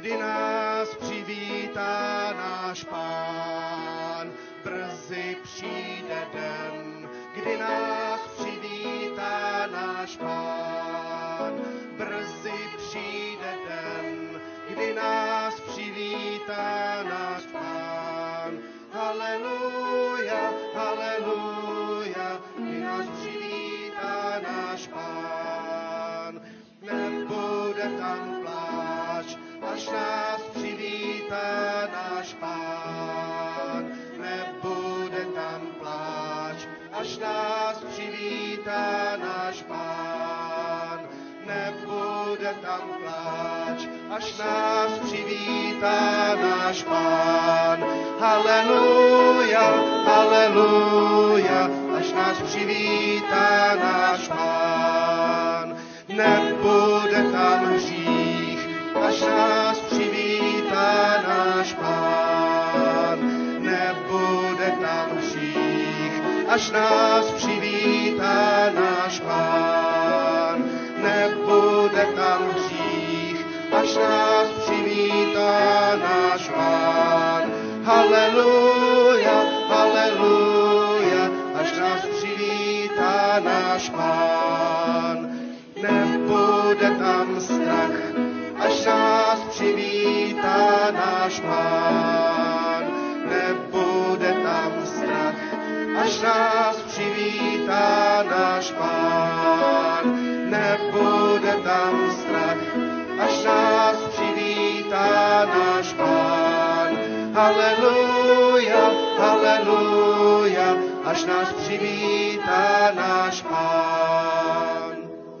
kdy nás přivítá náš Pán. Brzy přijde den, kdy nás přivítá náš Pán. Brzy přijde den, kdy nás přivítá náš Pán. Haleluja, haleluja, kdy nás přivítá náš Pán. Nebude tam pláč, až nás přivítá náš Pán. Nebude tam pláč, až nás přivítá náš Pán. Nebude tam pláč, až nás přivítá náš Pán. Haleluja, haleluja, až nás přivítá náš Pán. Nebude tam hřích, až nás přivítá náš Pán. Nebude tam hřích, až nás přivítá náš Pán. Nebude tam hřích, až nás přivítá náš Pán. Haleluja, haleluja, až nás přivítá náš Pán. Nebude tam strach, až nás přivítá náš Pán. Nebude tam strach, až nás přivítá náš Pán. Nebude tam strach, až nás přivítá náš Pán. Haleluja, haleluja, až nás přivítá náš Pán.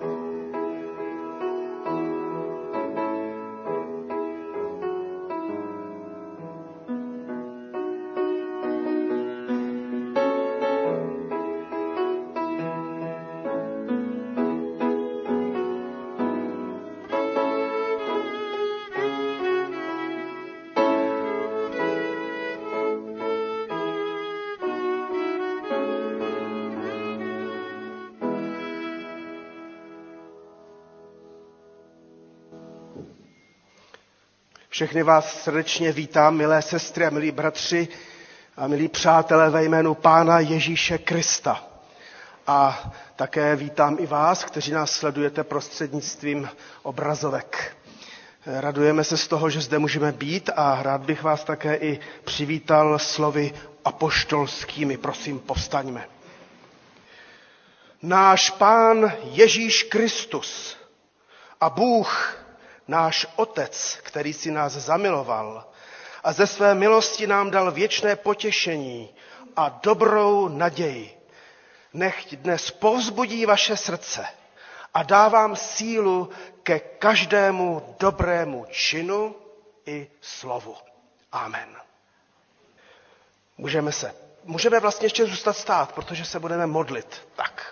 Všechny vás srdečně vítám, milé sestry a milí bratři a milí přátelé ve jménu Pána Ježíše Krista. A také vítám i vás, kteří nás sledujete prostřednictvím obrazovek. Radujeme se z toho, že zde můžeme být a rád bych vás také i přivítal slovy apoštolskými. Prosím, povstaňme. Náš Pán Ježíš Kristus a Bůh, náš Otec, který si nás zamiloval a ze své milosti nám dal věčné potěšení a dobrou naději, nechť dnes povzbudí vaše srdce a dá vám sílu ke každému dobrému činu i slovu. Amen. Můžeme vlastně ještě zůstat stát, protože se budeme modlit. Tak.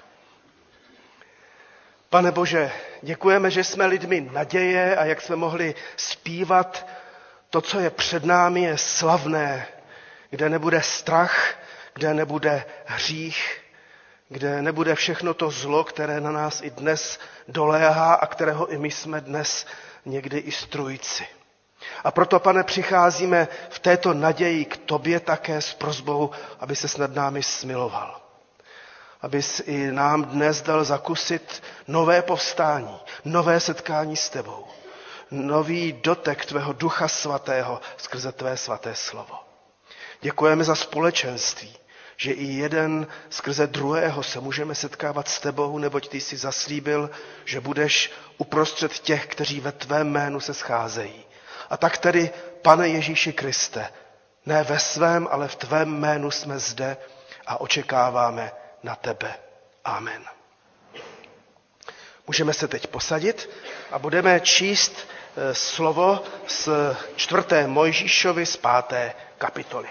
Pane Bože, děkujeme, že jsme lidmi naděje a jak jsme mohli zpívat, to, co je před námi, je slavné, kde nebude strach, kde nebude hřích, kde nebude všechno to zlo, které na nás i dnes doléhá a kterého i my jsme dnes někdy i strůjci. A proto, Pane, přicházíme v této naději k tobě také s prosbou, aby ses nad námi smiloval. Abys i nám dnes dal zakusit nové povstání, nové setkání s tebou, nový dotek tvého Ducha Svatého skrze tvé svaté slovo. Děkujeme za společenství, že i jeden skrze druhého se můžeme setkávat s tebou, neboť ty jsi zaslíbil, že budeš uprostřed těch, kteří ve tvém jménu se scházejí. A tak tedy, Pane Ježíši Kriste, ne ve svém, ale v tvém jménu jsme zde a očekáváme na tebe. Amen. Můžeme se teď posadit a budeme číst slovo z 4. Mojžíšovy z 5. kapitoly.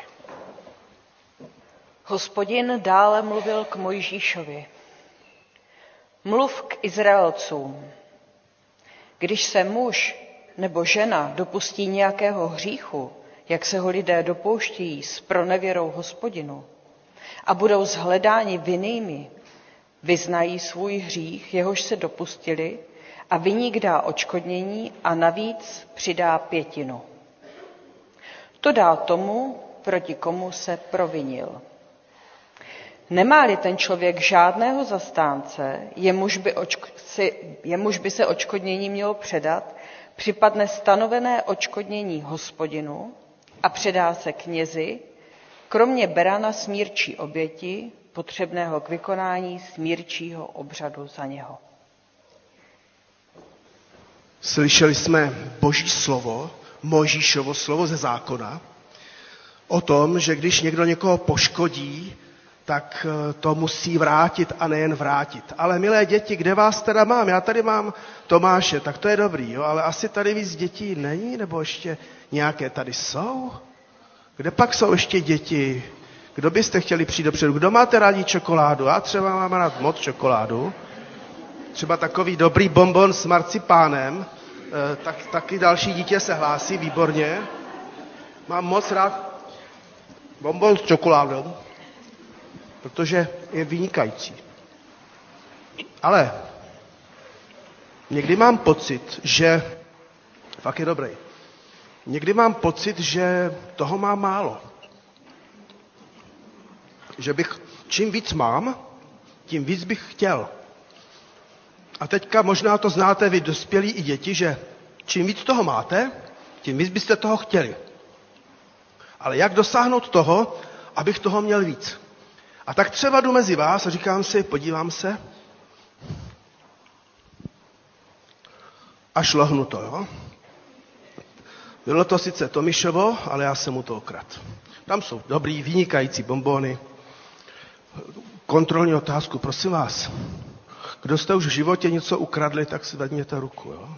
Hospodin dále mluvil k Mojžíšovi. Mluv k Izraelcům. Když se muž nebo žena dopustí nějakého hříchu, jak se ho lidé dopouštějí s pronevěrou Hospodinu, a budou shledáni vinnými, vyznají svůj hřích, jehož se dopustili, a viník dá odškodnění a navíc přidá 1/5. To dá tomu, proti komu se provinil. Nemá-li ten člověk žádného zastánce, jemuž by se odškodnění mělo předat, připadne stanovené odškodnění hospodinu a předá se knězi, kromě berana smírčí oběti, potřebného k vykonání smírčího obřadu za něho. Slyšeli jsme Boží slovo, Mojžíšovo slovo ze zákona, o tom, že když někdo někoho poškodí, tak to musí vrátit a nejen vrátit. Ale milé děti, kde vás teda mám? Já tady mám Tomáše, tak to je dobrý, jo? Ale asi tady víc dětí není, nebo ještě nějaké tady jsou? Kde pak jsou ještě děti? Kdo byste chtěli přijít dopředu? Kdo máte rádi čokoládu? Já třeba mám rád moc čokoládu. Třeba takový dobrý bonbon s marcipánem. Taky další dítě se hlásí, výborně. Mám moc rád bonbon s čokoládou, protože je vynikající. Ale někdy mám pocit, že fakt je dobrý. Někdy mám pocit, že toho mám málo. Že bych, čím víc mám, tím víc bych chtěl. A teďka možná to znáte vy dospělí i děti, že čím víc toho máte, tím víc byste toho chtěli. Ale jak dosáhnout toho, abych toho měl víc? A tak třeba jdu mezi vás a říkám si, podívám se a šlohnu to, jo? Bylo to sice Tomišovo, ale já jsem mu to okradl. Tam jsou dobrý, vynikající bonbony. Kontrolní otázku, prosím vás. Kdo jste už v životě něco ukradli, tak si vedměte ruku, jo?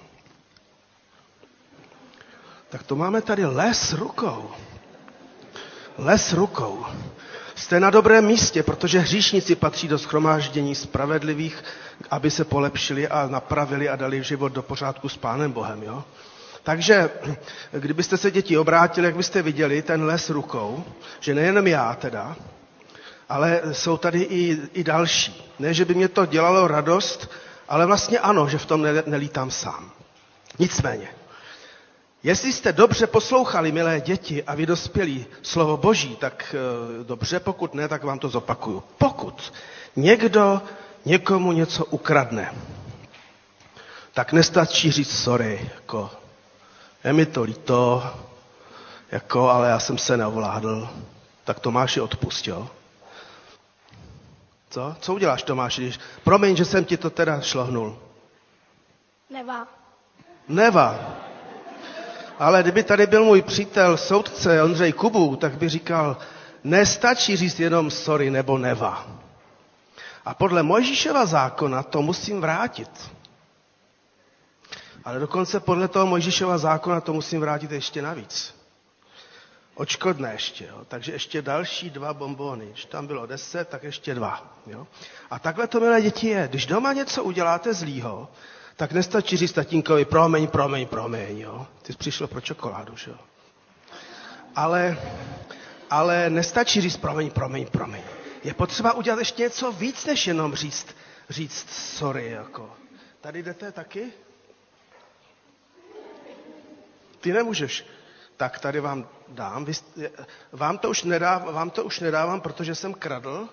Tak to máme tady les rukou. Les rukou. Jste na dobrém místě, protože hříšníci patří do shromáždění spravedlivých, aby se polepšili a napravili a dali život do pořádku s Pánem Bohem, jo? Takže, kdybyste se děti obrátili, jak byste viděli, ten les rukou, že nejenom já teda, ale jsou tady i další. Ne, že by mě to dělalo radost, ale vlastně ano, že v tom nelítám sám. Nicméně, jestli jste dobře poslouchali, milé děti, a vy dospělí slovo Boží, tak dobře, pokud ne, tak vám to zopakuju. Pokud někdo někomu něco ukradne, tak nestačí říct sorry, jako je mi to líto, jako, ale já jsem se neovládl, tak Tomáši odpustil. Co? Co uděláš, Tomáši, když... Promiň, že jsem ti to teda šlohnul. Neva. Ale kdyby tady byl můj přítel, soudce Ondřej Kubu, tak by říkal, nestačí říct jenom sorry nebo neva. A podle Mojžíšova zákona to musím vrátit. Ale dokonce podle toho Mojžíšova zákona to musím vrátit ještě navíc. Odškodné ještě, jo? Takže ještě další 2 bonbony. Když tam bylo 10, tak ještě 2. Jo? A takhle to, milé děti, je. Když doma něco uděláte zlýho, tak nestačí říct tatínkovi promiň, jo? Ty jsi přišel pro čokoládu, že jo? Ale nestačí říct promiň. Je potřeba udělat ještě něco víc, než jenom říct sorry, jako. Tady jdete taky? Ty nemůžeš. Tak tady vám dám. Vám to už nedávám, protože jsem kradl.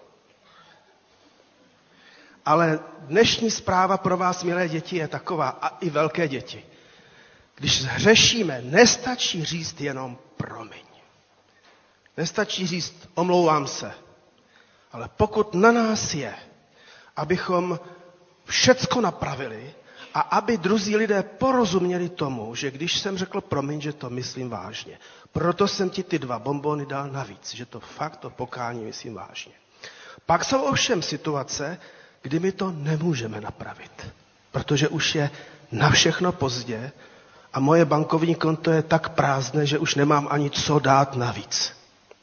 Ale dnešní zpráva pro vás, milé děti, je taková, a i velké děti. Když hřešíme, nestačí říct jenom promiň. Nestačí říct omlouvám se. Ale pokud na nás je, abychom všecko napravili a aby druzí lidé porozuměli tomu, že když jsem řekl promiň, že to myslím vážně. Proto jsem ti ty 2 bonbony dal navíc, že to fakt to pokání myslím vážně. Pak jsou ovšem situace, kdy my to nemůžeme napravit, protože už je na všechno pozdě a moje bankovní konto je tak prázdné, že už nemám ani co dát navíc.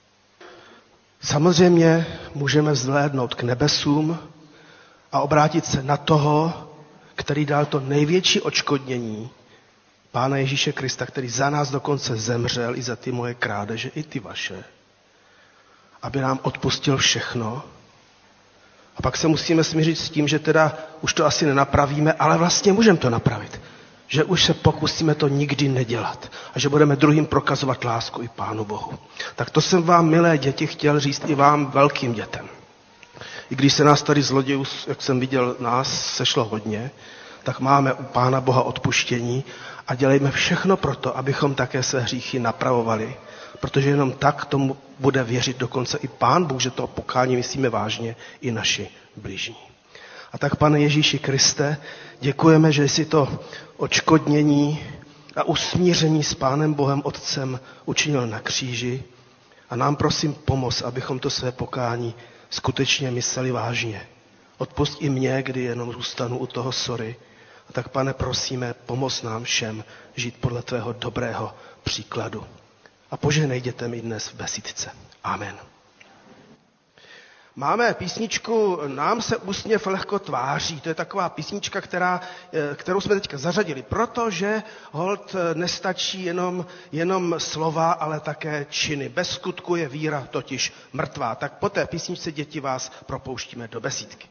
Samozřejmě můžeme vzhlédnout k nebesům a obrátit se na toho, který dal to největší odškodnění, Pána Ježíše Krista, který za nás dokonce zemřel i za ty moje krádeže, i ty vaše, aby nám odpustil všechno. A pak se musíme smířit s tím, že teda už to asi nenapravíme, ale vlastně můžeme to napravit. Že už se pokusíme to nikdy nedělat. A že budeme druhým prokazovat lásku i Pánu Bohu. Tak to jsem vám, milé děti, chtěl říct i vám, velkým dětem. I když se nás tady zlodějů, jak jsem viděl, nás sešlo hodně, tak máme u Pána Boha odpuštění a dělejme všechno proto, abychom také své hříchy napravovali. Protože jenom tak tomu bude věřit dokonce i Pán Bůh, že to pokání myslíme vážně i naši bližní. A tak, Pane Ježíši Kriste, děkujeme, že jsi to odškodnění a usmíření s Pánem Bohem Otcem učinil na kříži. A nám prosím pomoz, abychom to své pokání skutečně mysleli vážně. Odpusť i mě, kdy jenom zůstanu u toho sorry. A tak, Pane, prosíme, pomoz nám všem žít podle tvého dobrého příkladu. A požehnej dětem i dnes v besídce. Amen. Máme písničku Nám se úsměv lehko tváří. To je taková písnička, kterou jsme teďka zařadili, protože holt nestačí jenom slova, ale také činy. Bez skutku je víra totiž mrtvá. Tak po té písničce, děti, vás propouštíme do besídky.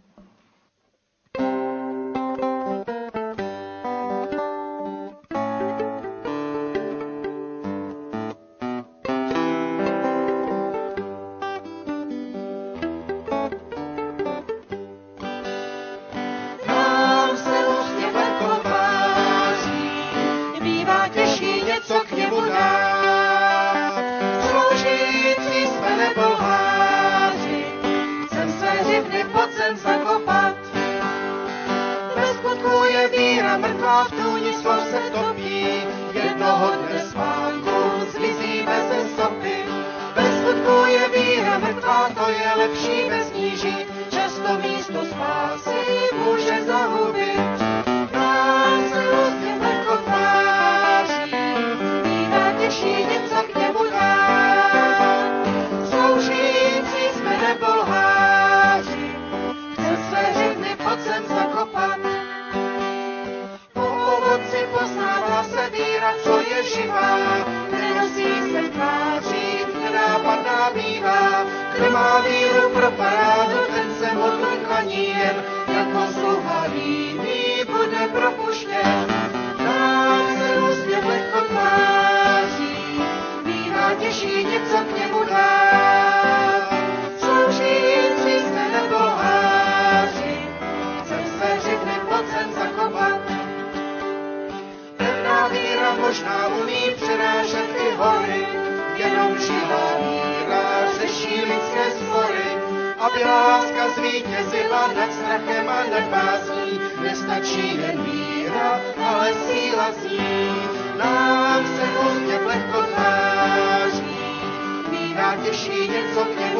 Možná umí přenášet i hory, jenom živá víra řeší lidské spory, aby láska zvítězila nad strachem a nad bázní. Nestačí jen víra, ale síla z ní. Nám se úsměv lehko tváří, víra těší něco k němu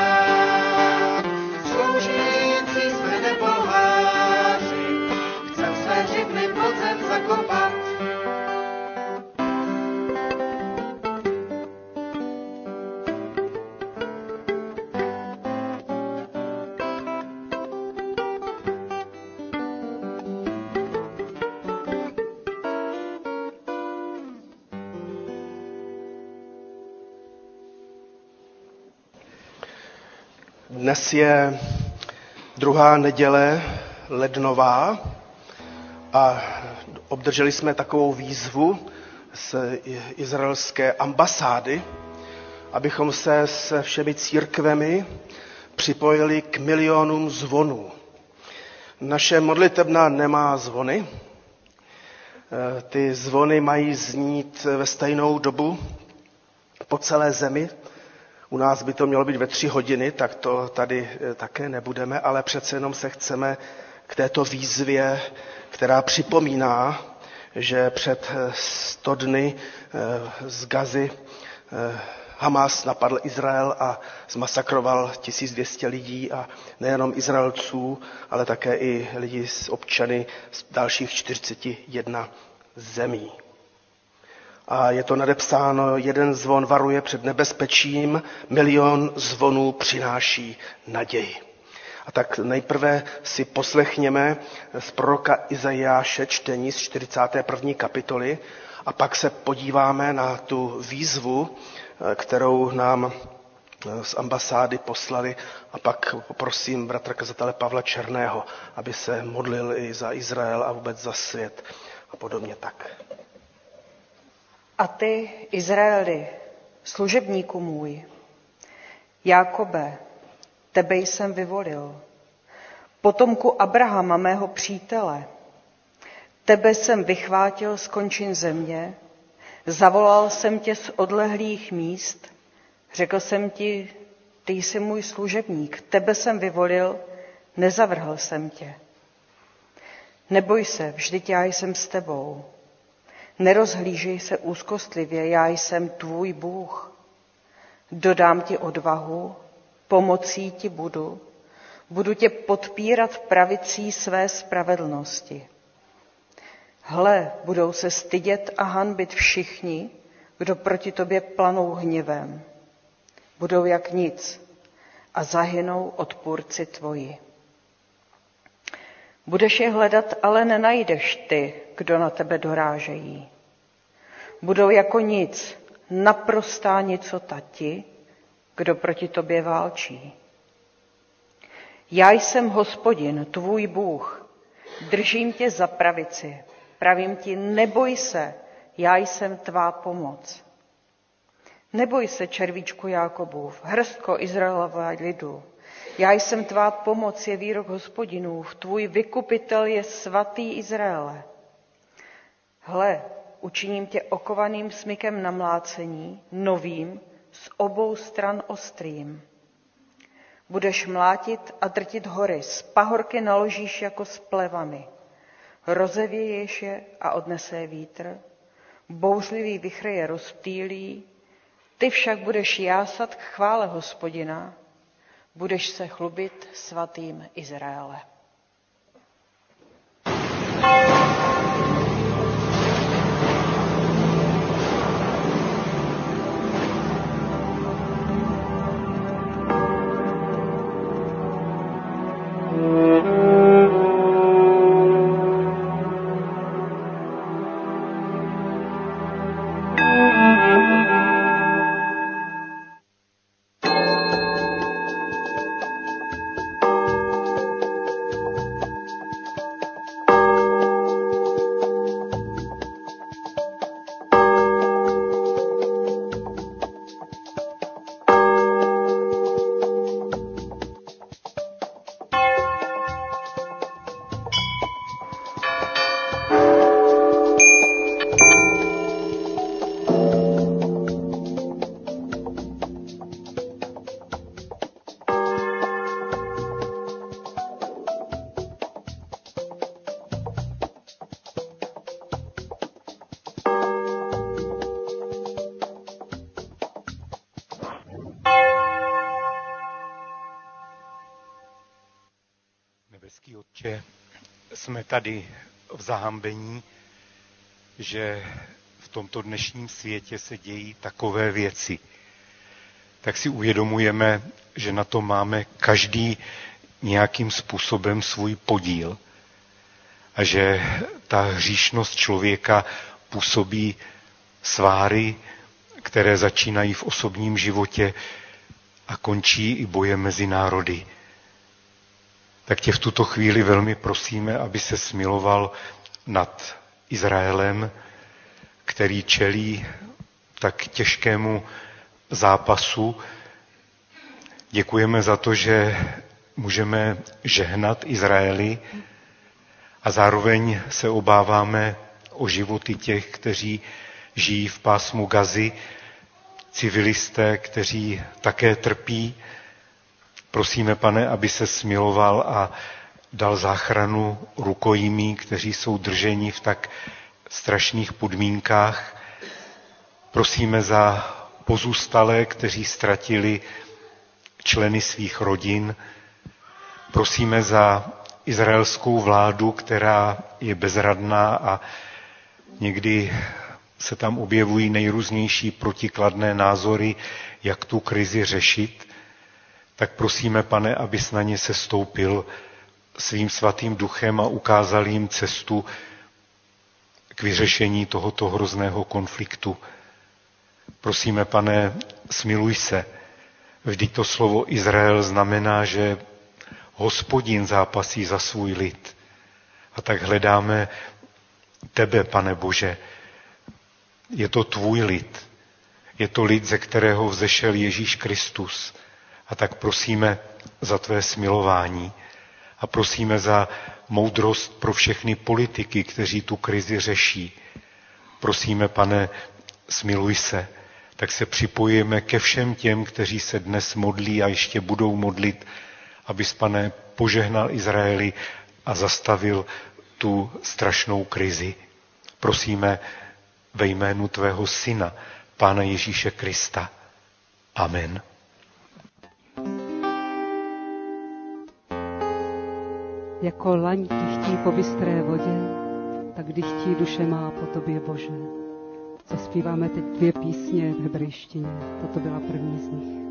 dát. Sloužící jsme nebolháři, chcem své živny pod zem zakopat. Dnes je druhá neděle lednová a obdrželi jsme takovou výzvu z izraelské ambasády, abychom se se všemi církvemi připojili k milionům zvonů. Naše modlitebna nemá zvony. Ty zvony mají znít ve stejnou dobu po celé zemi. U nás by to mělo být ve 3 hodiny, tak to tady také nebudeme, ale přece jenom se chceme k této výzvě, která připomíná, že před 100 dny z Gazy Hamas napadl Izrael a zmasakroval 1200 lidí a nejenom Izraelců, ale také i lidi z občany z dalších 41 zemí. A je to nadepsáno, jeden zvon varuje před nebezpečím, 1 000 000 zvonů přináší naději. A tak nejprve si poslechněme z proroka Izajáše čtení z 41. kapitoly a pak se podíváme na tu výzvu, kterou nám z ambasády poslali a pak poprosím bratra kazatele Pavla Černého, aby se modlil i za Izrael a vůbec za svět a podobně tak. A ty, Izraeli, služebníku můj, Jákobe, tebe jsem vyvolil, potomku Abrahama, mého přítele, tebe jsem vychvátil z končin země, zavolal jsem tě z odlehlých míst, řekl jsem ti, ty jsi můj služebník, tebe jsem vyvolil, nezavrhl jsem tě. Neboj se, vždyť já jsem s tebou. Nerozhlížej se úzkostlivě, já jsem tvůj Bůh. Dodám ti odvahu, pomocí ti budu tě podpírat pravicí své spravedlnosti. Hle, budou se stydět a hanbit všichni, kdo proti tobě planou hněvem. Budou jak nic a zahynou odpůrci tvoji. Budeš je hledat, ale nenajdeš ty, kdo na tebe dorážejí. Budou jako nic, naprostá nicota ti, kdo proti tobě válčí. Já jsem Hospodin, tvůj Bůh, držím tě za pravici, pravím ti, neboj se, já jsem tvá pomoc. Neboj se, červíčku Jákobův, hrstko Izraelova lidu. Já jsem tvá pomoc, je výrok Hospodinův, tvůj vykupitel je svatý Izraele. Hle, učiním tě okovaným smykem na mlácení, novým, z obou stran ostrým. Budeš mlátit a drtit hory, z pahorky naložíš jako s plevami. Rozevěješ je a odnese je vítr, bouřlivý vichr je rozptýlí, ty však budeš jásat k chvále Hospodina, budeš se chlubit svatým Izraele. Nebeský Otče, jsme tady v zahambení, že v tomto dnešním světě se dějí takové věci. Tak si uvědomujeme, že na to máme každý nějakým způsobem svůj podíl. A že ta hříšnost člověka působí sváry, které začínají v osobním životě a končí i bojem mezi národy. Tak tě v tuto chvíli velmi prosíme, aby se smiloval nad Izraelem, který čelí tak těžkému zápasu. Děkujeme za to, že můžeme žehnat Izraeli a zároveň se obáváme o životy těch, kteří žijí v pásmu Gazy, civilisté, kteří také trpí. Prosíme, Pane, aby se smiloval a dal záchranu rukojmí, kteří jsou drženi v tak strašných podmínkách. Prosíme za pozůstalé, kteří ztratili členy svých rodin. Prosíme za izraelskou vládu, která je bezradná a někdy se tam objevují nejrůznější protikladné názory, jak tu krizi řešit. Tak prosíme, Pane, abys na ně sestoupil svým svatým duchem a ukázal jim cestu k vyřešení tohoto hrozného konfliktu. Prosíme, Pane, smiluj se Vždyť to slovo Izrael znamená, že Hospodin zápasí za svůj lid. A tak hledáme tebe, Pane Bože. Je to tvůj lid. Je to lid, ze kterého vzešel Ježíš Kristus. A tak prosíme za tvé smilování. A prosíme za moudrost pro všechny politiky, kteří tu krizi řeší. Prosíme, Pane, smiluj se. Tak se připojíme ke všem těm, kteří se dnes modlí a ještě budou modlit, abys, Pane, požehnal Izraeli a zastavil tu strašnou krizi. Prosíme ve jménu tvého syna, Pána Ježíše Krista. Amen. Jako laň dychtí po bystré vodě, tak dychtí duše má po tobě, Bože. Zaspíváme teď 2 písně v hebrejštině. Toto byla první z nich.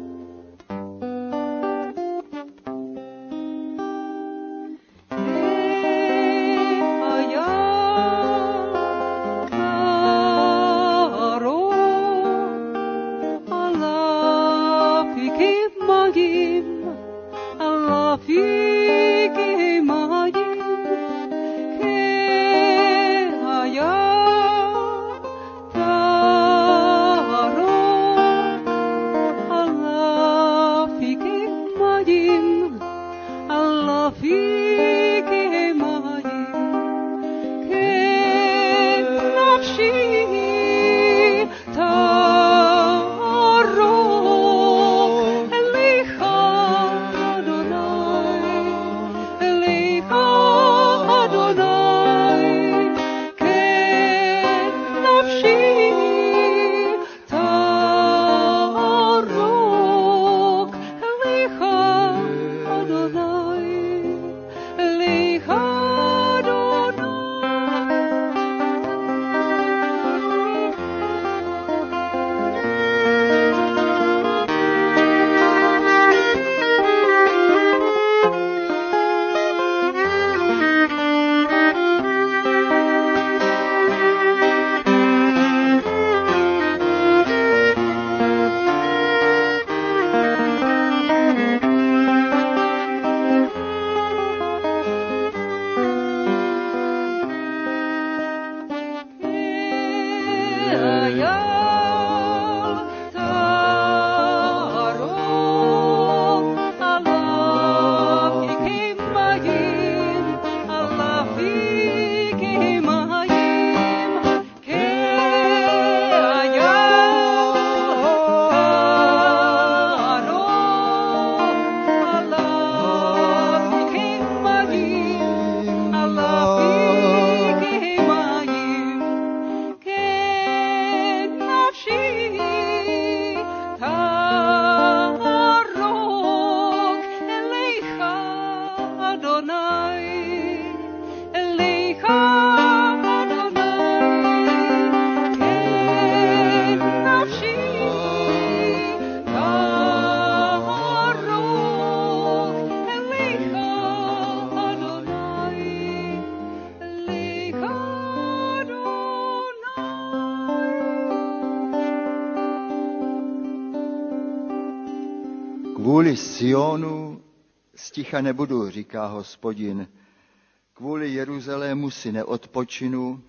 Kvůli Sionu sticha nebudu, říká Hospodin. Kvůli Jeruzalému si neodpočinu,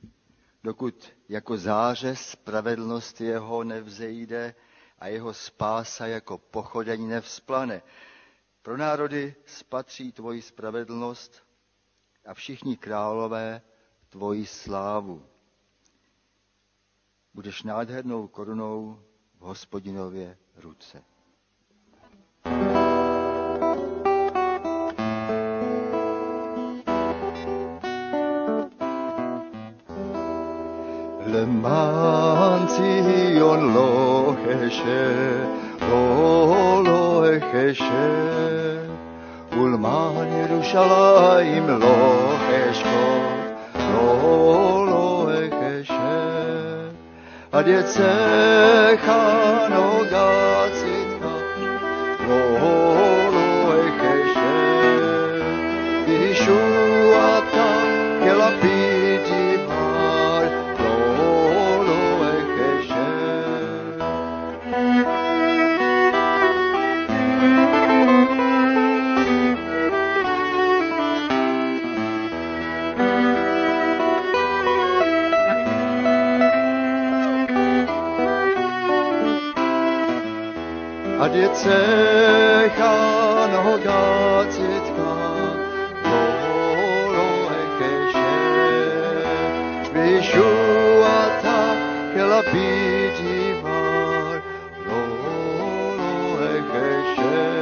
dokud jako záře spravedlnost jeho nevzejde a jeho spása jako pochodeň nevzplane. Pro národy spatří tvoji spravedlnost a všichni králové tvoji slávu. Budeš nádhernou korunou v Hospodinově ruce. למען ציון לא חשה, לא חשה, ולמען ירושלים לא חשקות, לא חשה, עד יצאך נוגה צדקה, לא חשה, וישועתה כלפיד יבהר, לא חשה. Dicecha nogacitka, lolo ekeshe, vishuata kelabiti var, lolo ekeshe.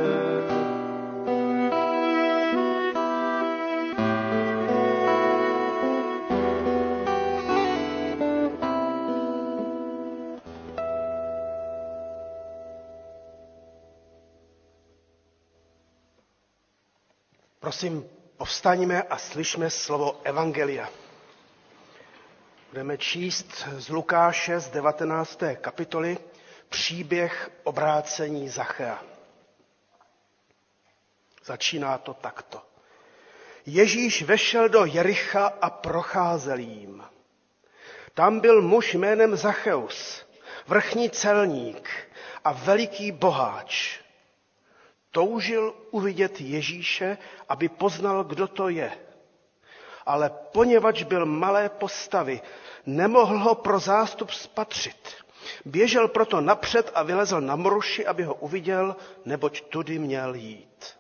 Prosím, povstaňme a slyšme slovo Evangelia. Budeme číst z Lukáše z 19. kapitoly příběh obrácení Zachea. Začíná to takto. Ježíš vešel do Jericha a procházel jím. Tam byl muž jménem Zacheus, vrchní celník a veliký boháč. Toužil uvidět Ježíše, aby poznal, kdo to je. Ale poněvadž byl malé postavy, nemohl ho pro zástup spatřit. Běžel proto napřed a vylezl na mruši, aby ho uviděl, neboť tudy měl jít.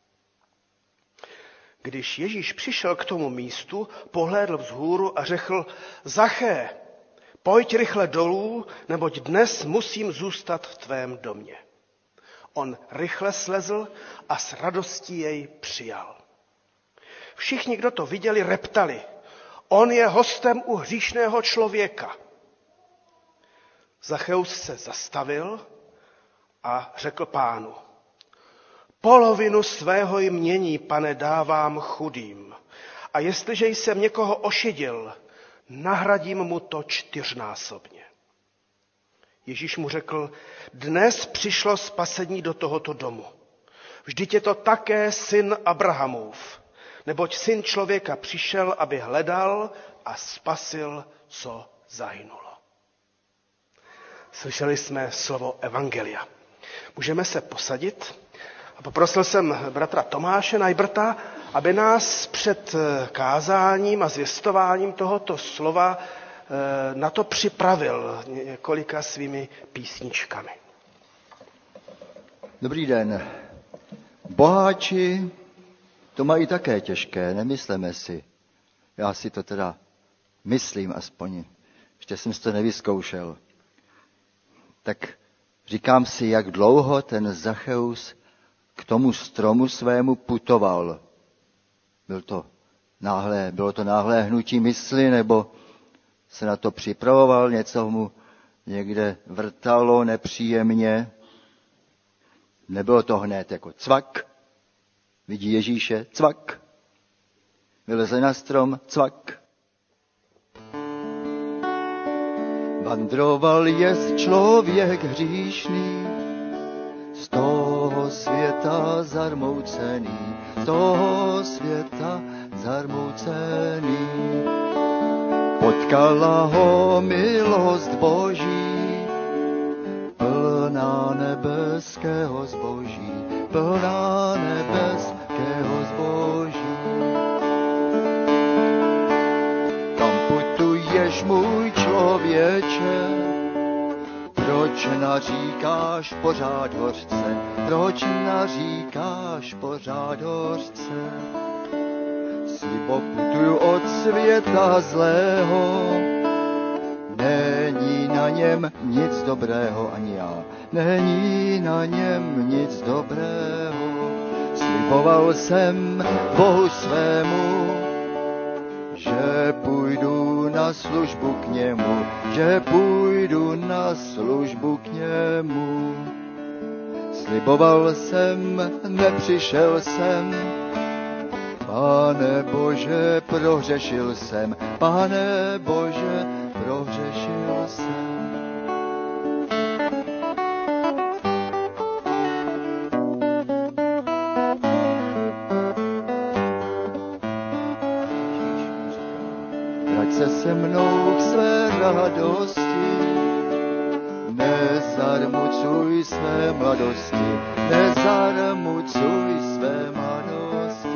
Když Ježíš přišel k tomu místu, pohlédl vzhůru a řekl: Zaché, pojď rychle dolů, neboť dnes musím zůstat v tvém domě. On rychle slezl a s radostí jej přijal. Všichni, kdo to viděli, reptali: on je hostem u hříšného člověka. Zacheus se zastavil a řekl Pánu: polovinu svého jmění, Pane, dávám chudým. A jestliže jsem někoho ošidil, nahradím mu to 4násobně. Ježíš mu řekl: dnes přišlo spasení do tohoto domu. Vždyť je to také syn Abrahamův, neboť syn člověka přišel, aby hledal a spasil, co zahynulo. Slyšeli jsme slovo Evangelia. Můžeme se posadit a poprosil jsem bratra Tomáše Najbrta, aby nás před kázáním a zvěstováním tohoto slova na to připravil několika svými písničkami. Dobrý den. Boháči to mají také těžké, nemyslíme si. Já si to teda myslím aspoň. Ještě jsem si to nevyzkoušel. Tak říkám si, jak dlouho ten Zacheus k tomu stromu svému putoval. Bylo to náhlé hnutí mysli, nebo se na to připravoval, něco mu někde vrtalo nepříjemně. Nebylo to hned jako cvak, vidí Ježíše, cvak, vyleze na strom, cvak. Vandroval jest člověk hříšný, z toho světa zarmoucený, z toho světa zarmoucený. Potkala ho milost Boží, plná nebeského zboží, plná nebeského zboží. Kam putuješ, můj člověče, proč naříkáš pořád hořce, proč naříkáš pořád hořce? Slibo putuju od světa zlého, není na něm nic dobrého, ani já, není na něm nic dobrého. Sliboval jsem Bohu svému, že půjdu na službu k němu, že půjdu na službu k němu. Sliboval jsem, nepřišel jsem, Pane Bože, prohřešil jsem, Pane Bože, prohřešil jsem. Vrať se mnou k své radosti, nezarmucuj své mladosti, nezarmucuj své mladosti.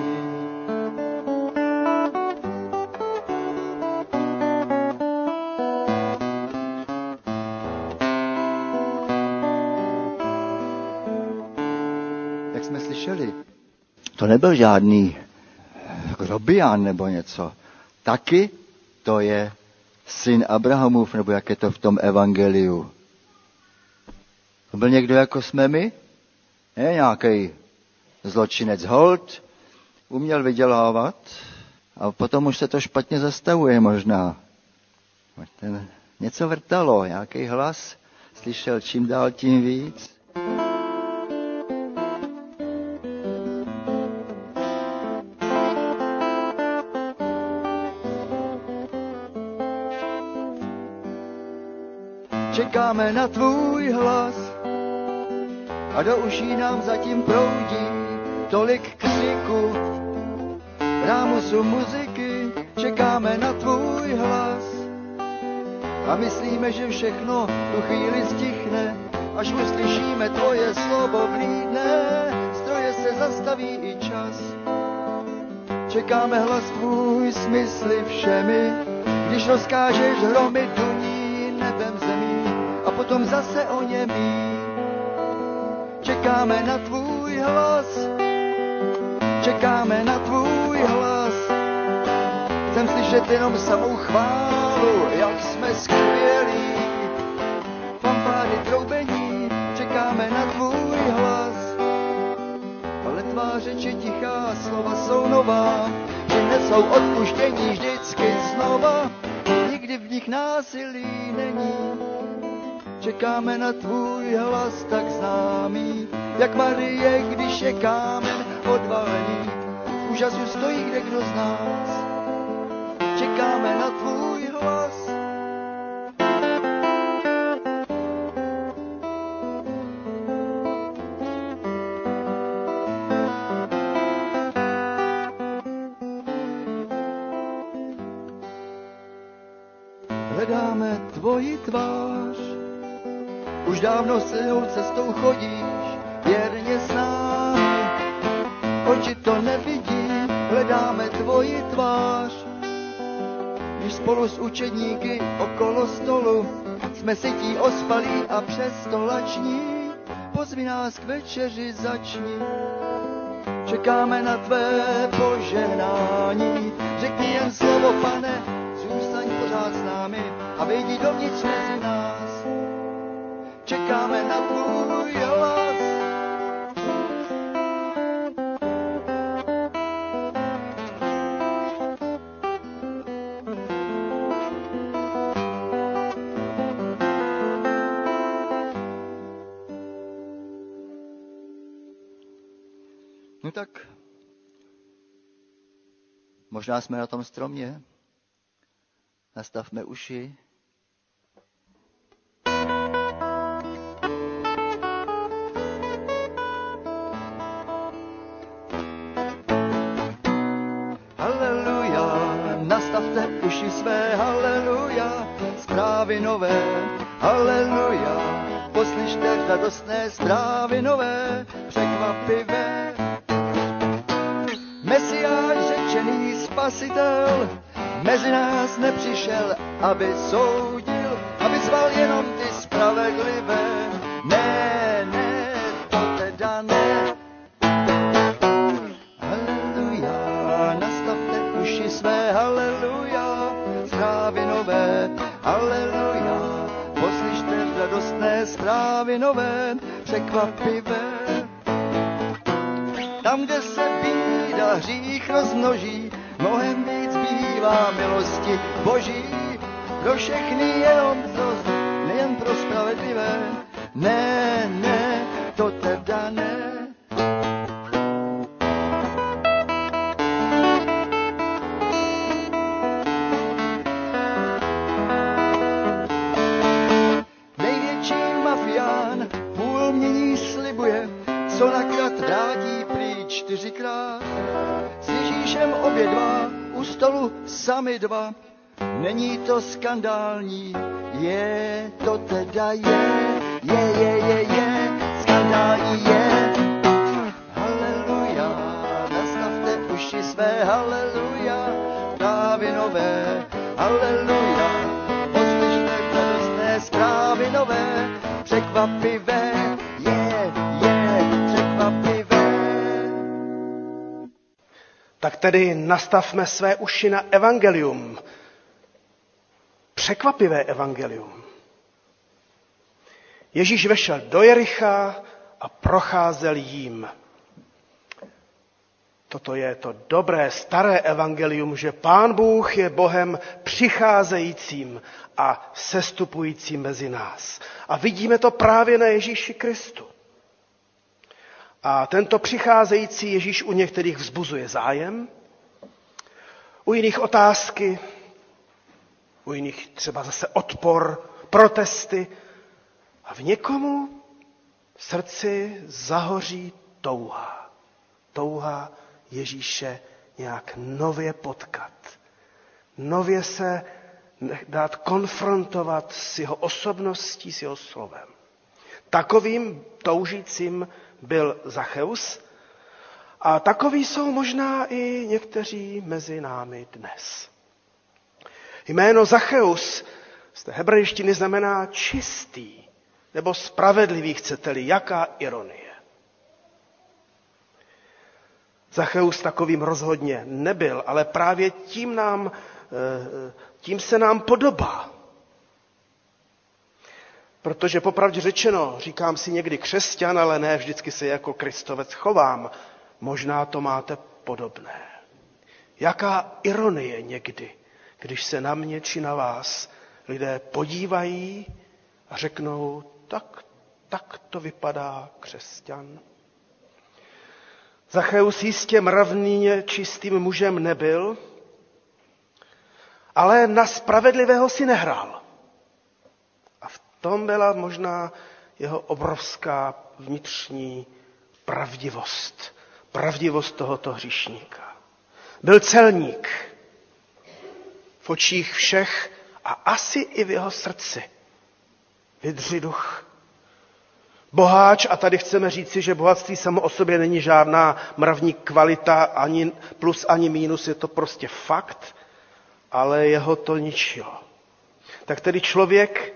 jak jsme slyšeli, to nebyl žádný grobián nebo něco. Taky to je syn Abrahamův, nebo jak je to v tom evangeliu. To byl někdo jako jsme my? Ne, nějaký zločinec hold, uměl vydělávat a potom už se to špatně zastavuje možná. Ten něco vrtalo, nějaký hlas slyšel čím dál tím víc. Čekáme na tvůj hlas a do uší nám zatím proudí tolik křiku. V rámusu muziky čekáme na tvůj hlas a myslíme, že všechno tu chvíli stichne, až uslyšíme tvoje slovo vlídne, stroje se zastaví i čas. Čekáme hlas tvůj smysly všemi, když rozkážeš hromy duní nebem zemí a potom zase o němí. Čekáme na tvůj hlas, čekáme na tvůj hlas. Chcem slyšet jenom samou chválu, jak jsme skvělí. Fanfáry troubení, čekáme na tvůj hlas. Ale tvá řeč je tichá, slova jsou nová, že nesou odpuštění vždycky znova. Nikdy v nich násilí není. Čekáme na tvůj hlas tak známý, jak Marie, když je kámen odvalený. V úžasu stojí kde kdo z nás. Čekáme na tvůj hlas. Hledáme tvoji tvář, už dávno celou cestou chodíš, věrně s námi. Oči to nevidí, hledáme tvoji tvář. Když spolu s učedníky okolo stolu jsme sytí, ospalí a přesto lační, pozvi nás k večeři začni. Čekáme na tvé požehnání, řekni jen slovo, Pane, zůstaň pořád s námi a vejdi dovnitř mezi nás. Čekáme na tvůj hlas. No tak, možná jsme na tom stromě. Nastavme uši. Nastavte uši své, haleluja, zprávy nové, haleluja, poslyšte radostné zprávy nové, překvapivé. Mesiáš, řečený spasitel, mezi nás nepřišel, aby soudil, aby zval jenom ty spravedlivé. Ne, ne, to teda ne. Své, haleluja, zprávy nové, haleluja, poslyšte radostné zprávy nové, překvapivé. Tam, kde se bída, hřích rozmnoží, mnohem víc bývá milosti Boží, pro všechny jenom nejen pro spravedlivé. Ne, ne, to teda ne. Co nakrát vrátí pryč 4krát. S Ježíšem obě dva, u stolu sami dva. Není to skandální, je, to teda je, skandální je. Haleluja, nastavte uši své, haleluja, zprávy nové, haleluja, poslyšte radostné zprávy nové, překvapivé, překvapivé. Tak tedy nastavme své uši na evangelium. Překvapivé evangelium. Ježíš vešel do Jericha a procházel jím. Toto je to dobré, staré evangelium, že Pán Bůh je Bohem přicházejícím a sestupujícím mezi nás. A vidíme to právě na Ježíši Kristu. A tento přicházející Ježíš u některých vzbuzuje zájem, u jiných otázky, u jiných třeba zase odpor, protesty. A v někomu v srdci zahoří touha. Touha Ježíše nějak nově potkat. Nově se dát konfrontovat s jeho osobností, s jeho slovem. Takovým toužícím byl Zacheus a takoví jsou možná i někteří mezi námi dnes. Jméno Zacheus z té hebrejštiny znamená čistý nebo spravedlivý, chcete-li. Jaká ironie. Zacheus takovým rozhodně nebyl, ale právě tím se nám podobá. Protože popravdě řečeno, říkám si někdy křesťan, ale ne vždycky se jako kristovec chovám. Možná to máte podobné. Jaká ironie někdy, když se na mě či na vás lidé podívají a řeknou, tak to vypadá křesťan. Zacheus jistě mravně čistým mužem nebyl, ale na spravedlivého si nehrál. A v tom byla možná jeho obrovská vnitřní pravdivost. Pravdivost tohoto hříšníka. Byl celník v očích všech a asi i v jeho srdci. Vydřiduch. Boháč, a tady chceme říci, že bohatství samo o sobě není žádná mravní kvalita, ani plus, ani mínus, je to prostě fakt, ale jeho to ničilo. Tak tedy člověk,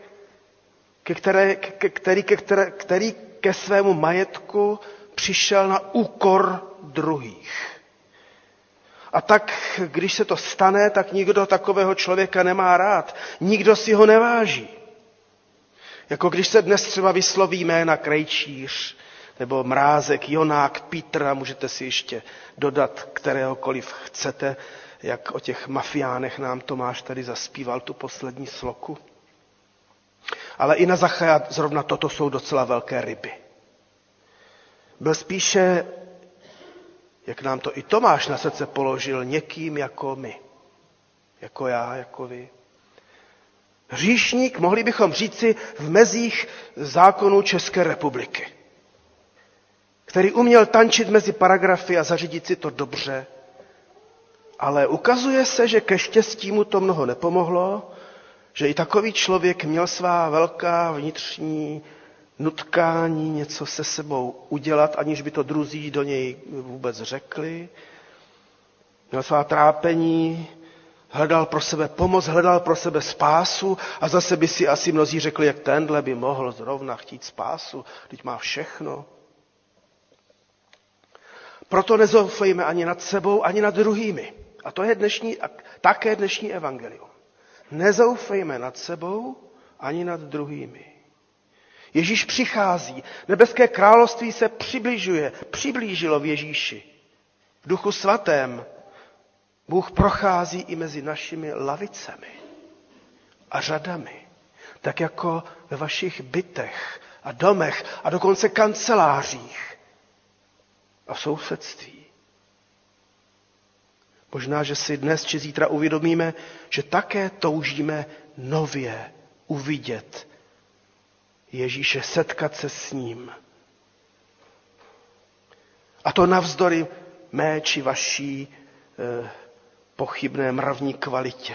který ke svému majetku přišel na úkor druhých. A tak, když se to stane, tak nikdo takového člověka nemá rád. Nikdo si ho neváží. Jako když se dnes třeba vysloví jména Krejčíř, nebo Mrázek, Jonák, Pítr, a můžete si ještě dodat kteréhokoliv chcete, jak o těch mafiánech nám Tomáš tady zaspíval tu poslední sloku. Ale i na Zachaja zrovna toto jsou docela velké ryby. Byl spíše, jak nám to i Tomáš na srdce položil, někým jako my. Jako já, jako vy. Hříšník, mohli bychom říci, v mezích zákonů České republiky, který uměl tančit mezi paragrafy a zařídit si to dobře, ale ukazuje se, že ke štěstí mu to mnoho nepomohlo, že i takový člověk měl svá velká vnitřní nutkání něco se sebou udělat, aniž by to druzí do něj vůbec řekli. Měl svá trápení, hledal pro sebe pomoc, hledal pro sebe spásu a zase by si asi mnozí řekli, jak tenhle by mohl zrovna chtít spásu, teď má všechno. Proto nezoufejme ani nad sebou, ani nad druhými. A to je také dnešní evangelium. Nezoufejme nad sebou, ani nad druhými. Ježíš přichází, nebeské království se přiblížilo v Ježíši. V Duchu Svatém Bůh prochází i mezi našimi lavicemi a řadami, tak jako ve vašich bytech a domech a dokonce kancelářích a v sousedství. Možná, že si dnes či zítra uvědomíme, že také toužíme nově uvidět Ježíše, setkat se s ním. A to navzdory mé či vaší pochybné mravní kvalitě.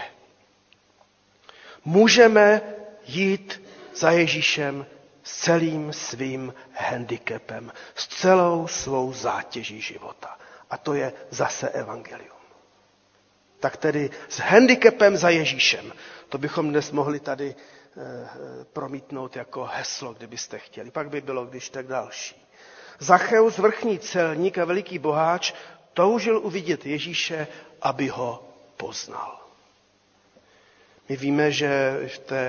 Můžeme jít za Ježíšem s celým svým handicapem, s celou svou zátěží života. A to je zase evangelium. Tak tedy s handicapem za Ježíšem. To bychom dnes mohli tady promítnout jako heslo, kdybyste chtěli. Pak by bylo když tak další. Zacheus, vrchní celník a veliký boháč, Toužil uvidět Ježíše, aby ho poznal. My víme, že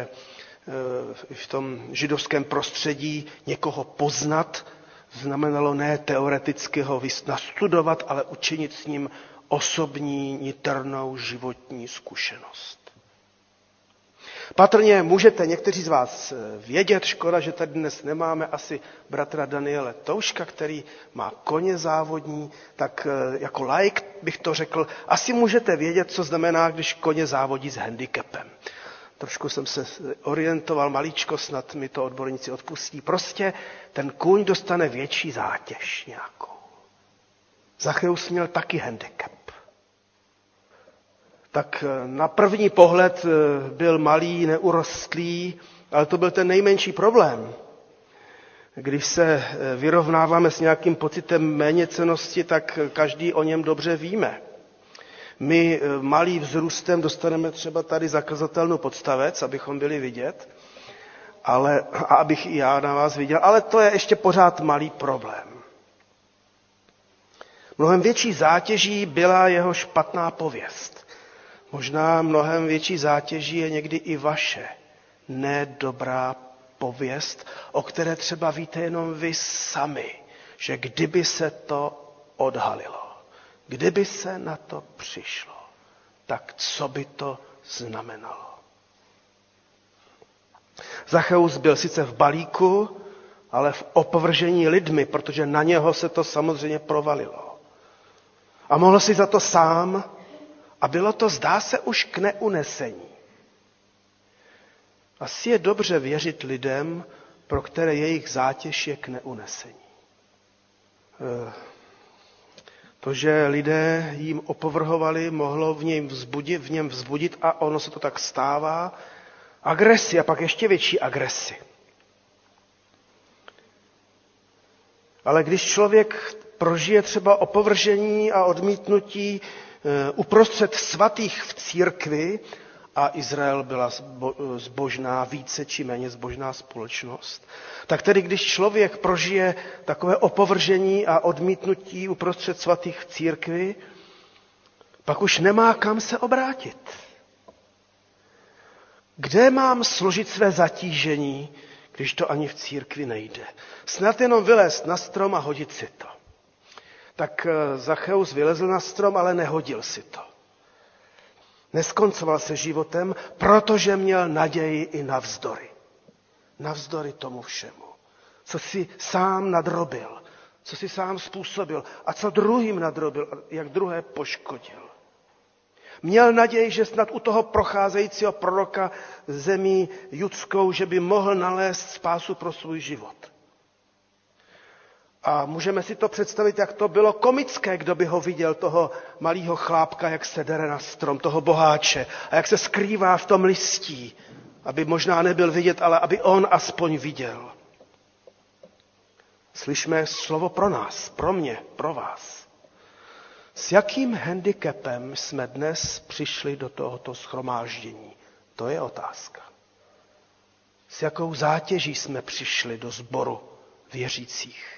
v tom židovském prostředí někoho poznat znamenalo ne teoreticky ho nastudovat, ale učinit s ním osobní, niternou životní zkušenost. Patrně můžete někteří z vás vědět, škoda, že tady dnes nemáme asi bratra Daniele Touška, který má koně závodní, tak jako laik bych to řekl, asi můžete vědět, co znamená, když koně závodí s handicapem. Trošku jsem se orientoval maličko, snad mi to odborníci odpustí. Prostě ten kůň dostane větší zátěž nějakou. Zacheus měl taky handicap. Tak na první pohled byl malý, neurostlý, ale to byl ten nejmenší problém. Když se vyrovnáváme s nějakým pocitem méněcennosti, tak každý o něm dobře víme. My malý vzrůstem dostaneme třeba tady zakazatelnou podstavec, abychom byli vidět, a abych i já na vás viděl, ale to je ještě pořád malý problém. Mnohem větší zátěží byla jeho špatná pověst. Možná mnohem větší zátěží je někdy i vaše nedobrá pověst, o které třeba víte jenom vy sami, že kdyby se to odhalilo, kdyby se na to přišlo, tak co by to znamenalo? Zacheus byl sice v balíku, ale v opovržení lidmi, protože na něho se to samozřejmě provalilo. A mohl si za to sám a bylo to, zdá se, už k neunesení. Asi je dobře věřit lidem, pro které jejich zátěž je k neunesení. To, že lidé jim opovrhovali, mohlo v něm vzbudit, a ono se to tak stává, agresi a pak ještě větší agresi. Ale když člověk prožije třeba opovržení a odmítnutí uprostřed svatých v církvi, a Izrael byla zbožná, více či méně zbožná společnost, tak tedy když člověk prožije takové opovržení a odmítnutí uprostřed svatých v církvi, pak už nemá kam se obrátit. Kde mám složit své zatížení, když to ani v církvi nejde? Snad jenom vylézt na strom a hodit si to. Tak Zacheus vylezl na strom, ale nehodil si to. Neskoncoval se životem, protože měl naději i navzdory. Navzdory tomu všemu. Co si sám nadrobil, co si sám způsobil a co druhým nadrobil, jak druhé poškodil. Měl naději, že snad u toho procházejícího proroka zemí judskou, že by mohl nalézt spásu pro svůj život. A můžeme si to představit, jak to bylo komické, kdo by ho viděl, toho malého chlápka, jak se dere na strom, toho boháče, a jak se skrývá v tom listí, aby možná nebyl vidět, ale aby on aspoň viděl. Slyšme slovo pro nás, pro mě, pro vás. S jakým handicapem jsme dnes přišli do tohoto shromáždění? To je otázka. S jakou zátěží jsme přišli do sboru věřících?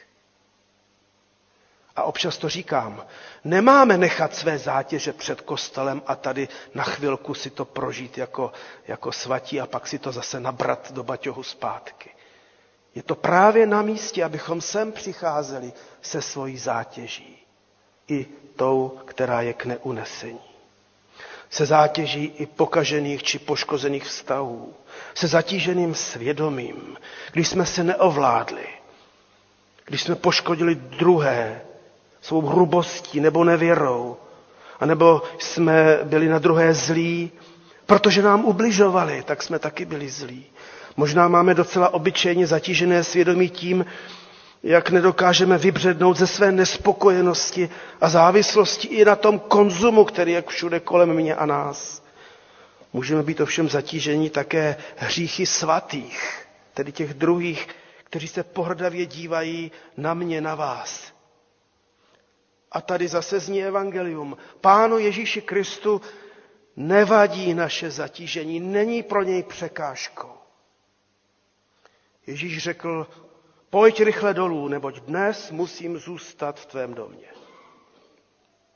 A občas to říkám, nemáme nechat své zátěže před kostelem a tady na chvilku si to prožít jako svatí a pak si to zase nabrat do baťohu zpátky. Je to právě na místě, abychom sem přicházeli se svojí zátěží. I tou, která je k neunesení. Se zátěží i pokažených či poškozených vztahů. Se zatíženým svědomím, když jsme se neovládli. Když jsme poškodili druhé svou hrubostí nebo nevěrou. A nebo jsme byli na druhé zlí, protože nám ubližovali, tak jsme taky byli zlí. Možná máme docela obyčejně zatížené svědomí tím, jak nedokážeme vybřednout ze své nespokojenosti a závislosti i na tom konzumu, který je všude kolem mě a nás. Můžeme být ovšem zatížení také hříchy svatých, tedy těch druhých, kteří se pohrdavě dívají na mě, na vás. A tady zase zní evangelium. Pánu Ježíši Kristu nevadí naše zatížení, není pro něj překážkou. Ježíš řekl, pojď rychle dolů, neboť dnes musím zůstat v tvém domě.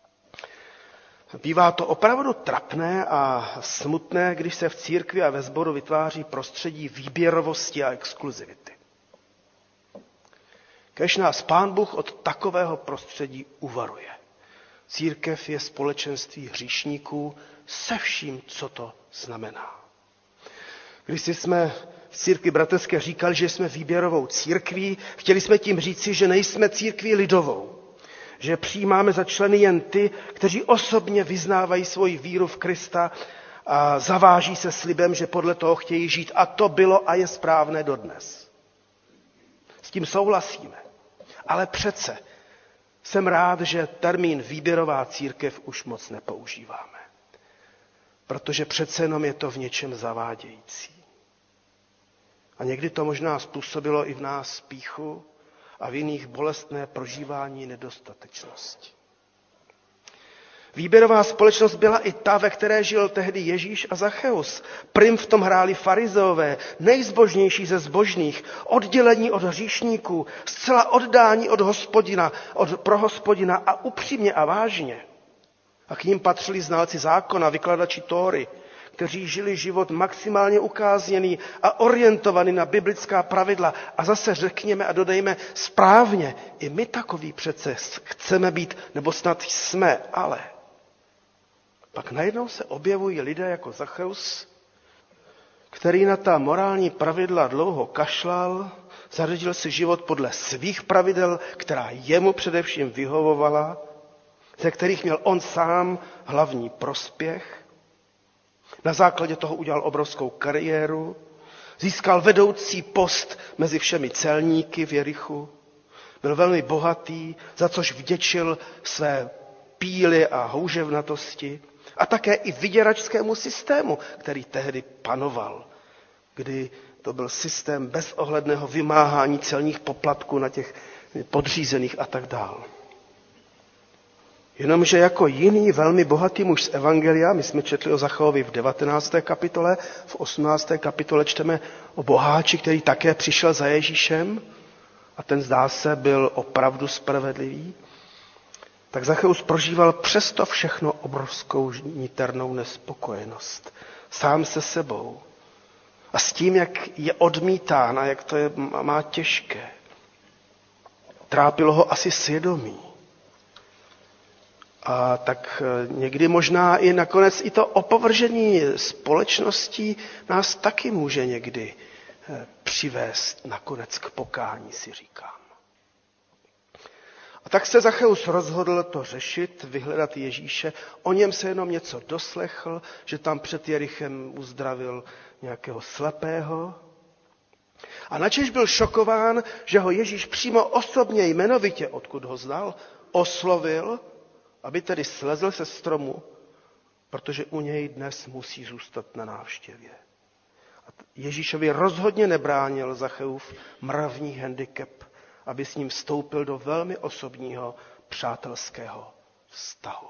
Bývá to opravdu trapné a smutné, když se v církvi a ve sboru vytváří prostředí výběrovosti a exkluzivity. Kéž nás Pán Bůh od takového prostředí uvaruje. Církev je společenství hříšníků se vším, co to znamená. Když jsme v církvi bratrské říkali, že jsme výběrovou církví, chtěli jsme tím říci, že nejsme církví lidovou. Že přijímáme za členy jen ty, kteří osobně vyznávají svoji víru v Krista a zaváží se slibem, že podle toho chtějí žít. A to bylo a je správné dodnes. S tím souhlasíme. Ale přece jsem rád, že termín výběrová církev už moc nepoužíváme. Protože přece jenom je to v něčem zavádějící. A někdy to možná způsobilo i v nás pýchu a v jiných bolestné prožívání nedostatečnosti. Výběrová společnost byla i ta, ve které žil tehdy Ježíš a Zacheus. Prim v tom hráli farizeové, nejzbožnější ze zbožných, oddělení od hříšníků, zcela oddání od Hospodina, pro Hospodina a upřímně a vážně. A k ním patřili znalci zákona, vykladači Tóry, kteří žili život maximálně ukázněný a orientovaný na biblická pravidla. A zase řekněme a dodejme správně, i my takový přece chceme být, nebo snad jsme, ale pak najednou se objevují lidé jako Zacheus, který na ta morální pravidla dlouho kašlal, zařadil si život podle svých pravidel, která jemu především vyhovovala, ze kterých měl on sám hlavní prospěch. Na základě toho udělal obrovskou kariéru, získal vedoucí post mezi všemi celníky v Jerichu, byl velmi bohatý, za což vděčil své píly a houževnatosti a také i vyděračskému systému, který tehdy panoval, kdy to byl systém bezohledného vymáhání celních poplatků na těch podřízených a tak dál. Jenomže jako jiný velmi bohatý muž z Evangelia, my jsme četli o Zacheovi v 19. kapitole, v 18. kapitole čteme o boháči, který také přišel za Ježíšem a ten zdá se byl opravdu spravedlivý, tak Zacheus prožíval přesto všechno obrovskou niternou nespokojenost. Sám se sebou. A s tím, jak je odmítán a jak to má těžké. Trápilo ho asi svědomí. A tak někdy možná i nakonec i to opovržení společností nás taky může někdy přivést nakonec k pokání, si říkám. A tak se Zacheus rozhodl to řešit, vyhledat Ježíše. O něm se jenom něco doslechl, že tam před Jerichem uzdravil nějakého slepého. A načež byl šokován, že ho Ježíš přímo osobně jmenovitě, odkud ho znal, oslovil, aby tedy slezl se stromu, protože u něj dnes musí zůstat na návštěvě. A Ježíšovi rozhodně nebránil Zacheův mravní handicap, aby s ním vstoupil do velmi osobního přátelského vztahu.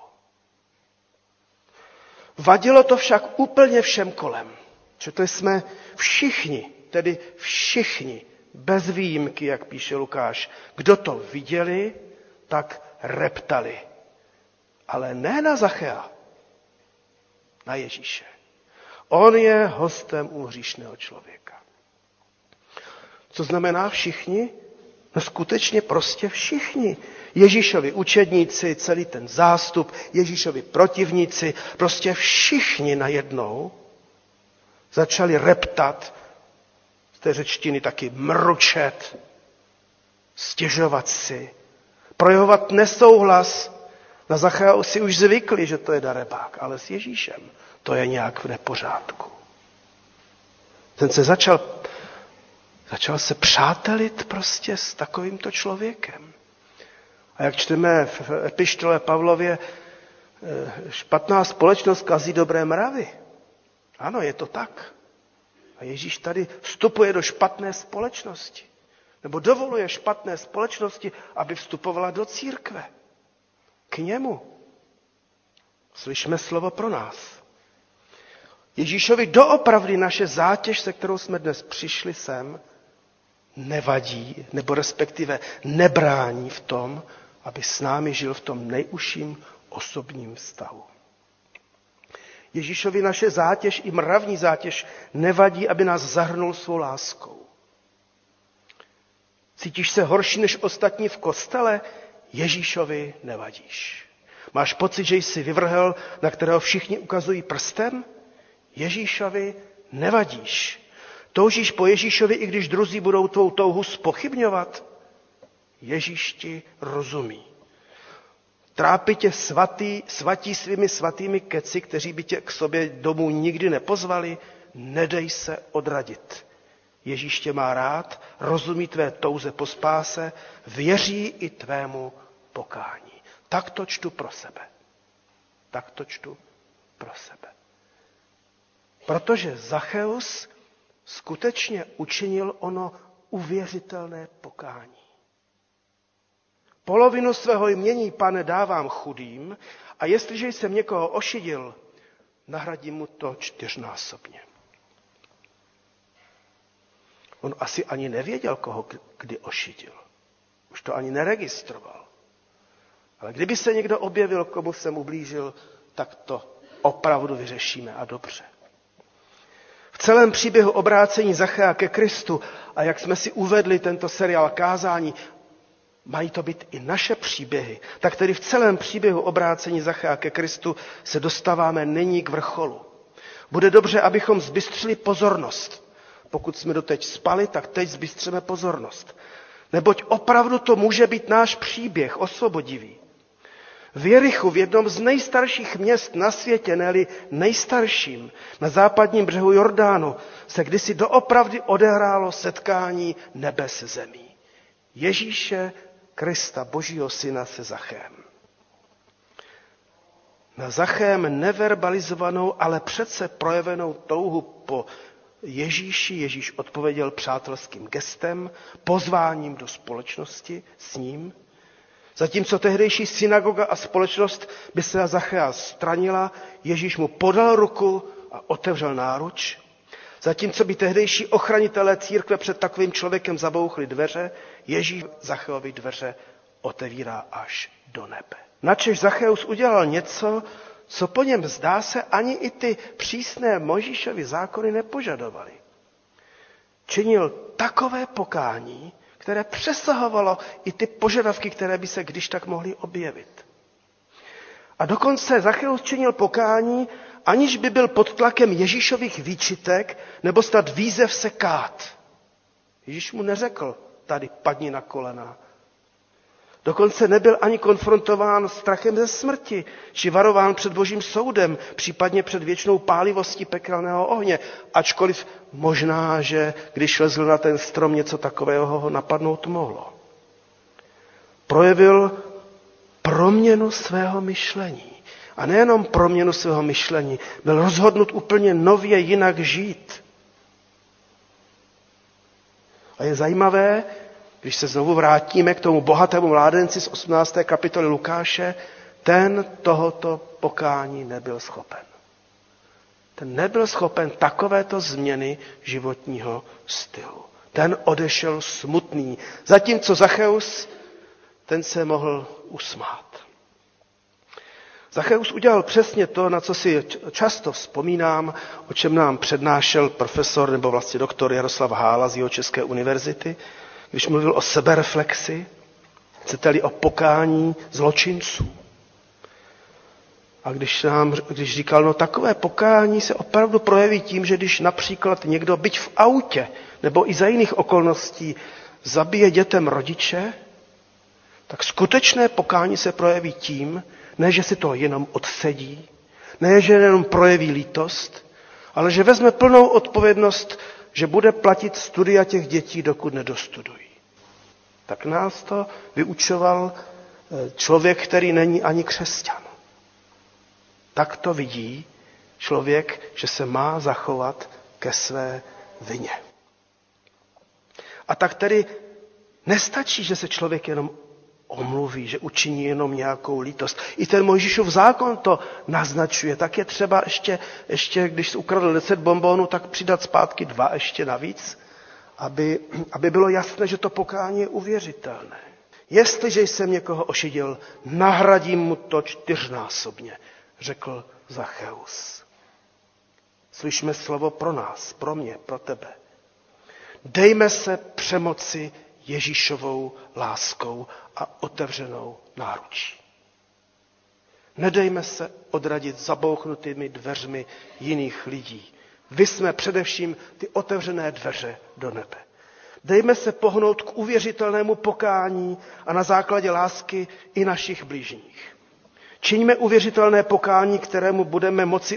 Vadilo to však úplně všem kolem. Četli jsme všichni, tedy všichni, bez výjimky, jak píše Lukáš, kdo to viděli, tak reptali. Ale ne na Zachea, na Ježíše. On je hostem u hříšného člověka. Co znamená všichni? No skutečně prostě všichni. Ježíšovi učedníci, celý ten zástup, Ježíšovi protivníci, prostě všichni najednou začali reptat, z té řečtiny taky mručet, stěžovat si, projevovat nesouhlas. Na Zachea si už zvykli, že to je darebák, ale s Ježíšem to je nějak v nepořádku. Ten se začal se přátelit prostě s takovýmto člověkem. A jak čteme v epištole Pavlově, špatná společnost kazí dobré mravy. Ano, je to tak. A Ježíš tady vstupuje do špatné společnosti. Nebo dovoluje špatné společnosti, aby vstupovala do církve. K němu. Slyšme slovo pro nás. Ježíšovi doopravdy naše zátěž, se kterou jsme dnes přišli sem, nevadí, nebo respektive nebrání v tom, aby s námi žil v tom nejužším osobním vztahu. Ježíšovi naše zátěž i mravní zátěž nevadí, aby nás zahrnul svou láskou. Cítíš se horší než ostatní v kostele? Ježíšovi nevadíš. Máš pocit, že jsi vyvrhel, na kterého všichni ukazují prstem? Ježíšovi nevadíš. Toužíš po Ježíšovi, i když druzí budou tvou touhu zpochybňovat? Ježíš ti rozumí. Trápí tě svatí svými svatými keci, kteří by tě k sobě domů nikdy nepozvali? Nedej se odradit. Ježíš tě má rád, rozumí tvé touze po spáse, věří i tvému pokání. Tak to čtu pro sebe. Tak to čtu pro sebe. Protože Zacheus skutečně učinil ono uvěřitelné pokání. Polovinu svého jmění, Pane, dávám chudým, a jestliže jsem někoho ošidil, nahradím mu to 4násobně. On asi ani nevěděl, koho kdy ošidil. Už to ani neregistroval. Ale kdyby se někdo objevil, komu jsem ublížil, tak to opravdu vyřešíme a dobře. V celém příběhu obrácení Zachea ke Kristu, a jak jsme si uvedli tento seriál kázání, mají to být i naše příběhy. Tak tedy v celém příběhu obrácení Zachea ke Kristu se dostáváme nyní k vrcholu. Bude dobře, abychom zbystřili pozornost. Pokud jsme doteď spali, tak teď zbystřeme pozornost. Neboť opravdu to může být náš příběh osvobodivý. V Jerichu, v jednom z nejstarších měst na světě, ne-li nejstarším, na západním břehu Jordánu, se kdysi doopravdy odehrálo setkání nebe se zemí. Ježíše Krista, Božího syna, se Zachem. Na Zachem neverbalizovanou, ale přece projevenou touhu po Ježíši Ježíš odpověděl přátelským gestem, pozváním do společnosti s ním. Zatímco tehdejší synagoga a společnost by se Zachea stranila, Ježíš mu podal ruku a otevřel náruč. Zatímco by tehdejší ochranitelé církve před takovým člověkem zabouchli dveře, Ježíš Zacheovi dveře otevírá až do nebe. Načež Zacheus udělal něco, co po něm, zdá se, ani i ty přísné Mojžíšovy zákony nepožadovaly. Činil takové pokání, které přesahovalo i ty požadavky, které by se když tak mohly objevit. A dokonce Zacheus činil pokání, aniž by byl pod tlakem Ježíšových výčitek nebo snad výzev se kát. Ježíš mu neřekl, tady padni na kolena. Dokonce nebyl ani konfrontován strachem ze smrti, či varován před Božím soudem, případně před věčnou pálivostí pekelného ohně, ačkoliv možná, že když lezl na ten strom, něco takového ho napadnout mohlo. Projevil proměnu svého myšlení. A nejenom proměnu svého myšlení, byl rozhodnut úplně nově jinak žít. A je zajímavé, když se znovu vrátíme k tomu bohatému mládenci z 18. kapitoly Lukáše, ten tohoto pokání nebyl schopen. Ten nebyl schopen takovéto změny životního stylu. Ten odešel smutný, zatímco Zacheus, ten se mohl usmát. Zacheus udělal přesně to, na co si často vzpomínám, o čem nám přednášel profesor nebo vlastně doktor Jaroslav Hála z Jihočeské univerzity, když mluvil o sebereflexi, chcete-li o pokání zločinců. A když říkal, no takové pokání se opravdu projeví tím, že když například někdo, byť v autě, nebo i za jiných okolností, zabije dětem rodiče, tak skutečné pokání se projeví tím, ne, že si to jenom odsedí, ne, že jenom projeví lítost, ale že vezme plnou odpovědnost, že bude platit studia těch dětí, dokud nedostudují. Tak nás to vyučoval člověk, který není ani křesťan. Tak to vidí člověk, že se má zachovat ke své vině. A tak tedy nestačí, že se člověk jenom omluví, že učiní jenom nějakou lítost. I ten Mojžíšův zákon to naznačuje. Tak je třeba ještě když jsi ukradl 10 bonbonů, tak přidat zpátky 2 ještě navíc, aby bylo jasné, že to pokání je uvěřitelné. Jestliže jsem někoho ošidil, nahradím mu to 4násobně, řekl Zacheus. Slyšme slovo pro nás, pro mě, pro tebe. Dejme se přemoci Ježíšovou láskou a otevřenou náručí. Nedejme se odradit zabouchnutými dveřmi jiných lidí. Vy jsme především ty otevřené dveře do nebe. Dejme se pohnout k uvěřitelnému pokání a na základě lásky i našich bližních. Čiňme uvěřitelné pokání, kterému bude moci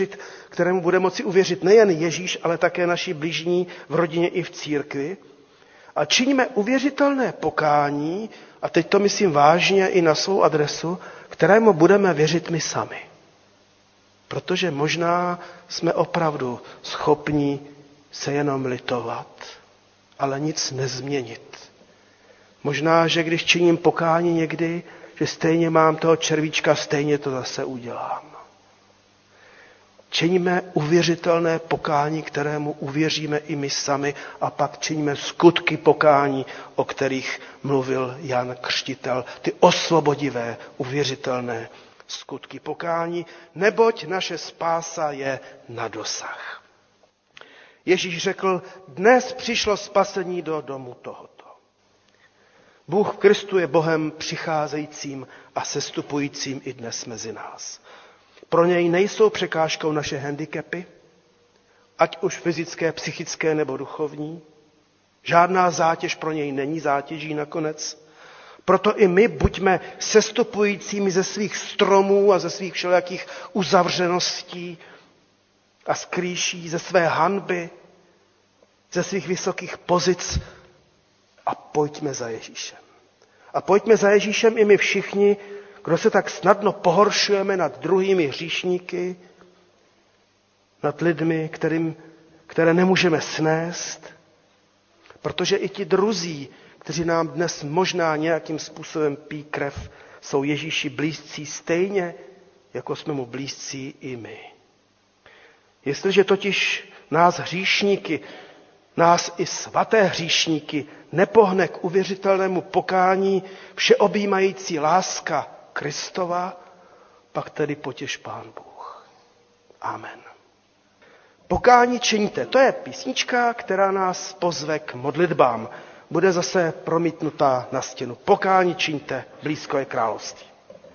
uvěřit nejen Ježíš, ale také naši bližní v rodině i v církvi. A čiňme uvěřitelné pokání, a teď to myslím vážně i na svou adresu, kterému budeme věřit my sami. Protože možná jsme opravdu schopni se jenom litovat, ale nic nezměnit. Možná, že když činím pokání někdy, že stejně mám toho červíčka, stejně to zase udělám. Činíme uvěřitelné pokání, kterému uvěříme i my sami, a pak činíme skutky pokání, o kterých mluvil Jan Křtitel. Ty osvobodivé, uvěřitelné skutky pokání, neboť naše spása je na dosah. Ježíš řekl, dnes přišlo spasení do domu tohoto. Bůh v Kristu je Bohem přicházejícím a sestupujícím i dnes mezi nás. Pro něj nejsou překážkou naše handicapy, ať už fyzické, psychické nebo duchovní. Žádná zátěž pro něj není zátěží nakonec. Proto i my buďme sestupujícími ze svých stromů a ze svých všelijakých uzavřeností a skrýší, ze své hanby, ze svých vysokých pozic a pojďme za Ježíšem. A pojďme za Ježíšem i my všichni, kdo se tak snadno pohoršujeme nad druhými hříšníky, nad lidmi, které nemůžeme snést, protože i ti druzí, kteří nám dnes možná nějakým způsobem pijí krev, jsou Ježíši blízcí stejně, jako jsme mu blízcí i my. Jestliže totiž nás hříšníky, nás i svaté hříšníky nepohne k uvěřitelnému pokání všeobjímající láska Kristova, pak tedy potěš Pán Bůh. Amen. Pokání čiňte. To je písnička, která nás pozve k modlitbám. Bude zase promítnutá na stěnu. Pokání čiňte, blízko je království.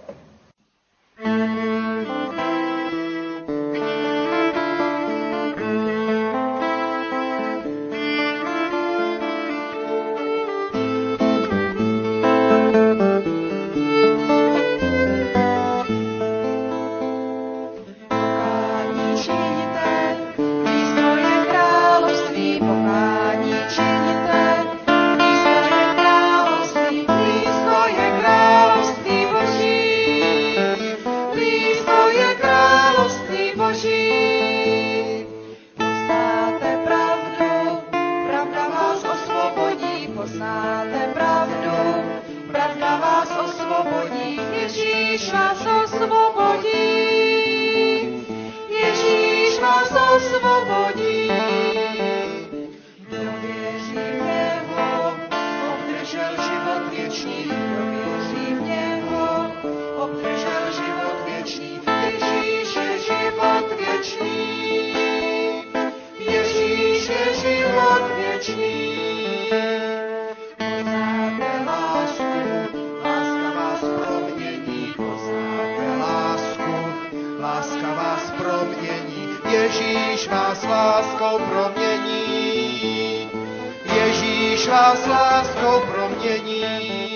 Ježíš vás láskou promění. Ježíš vás láskou promění.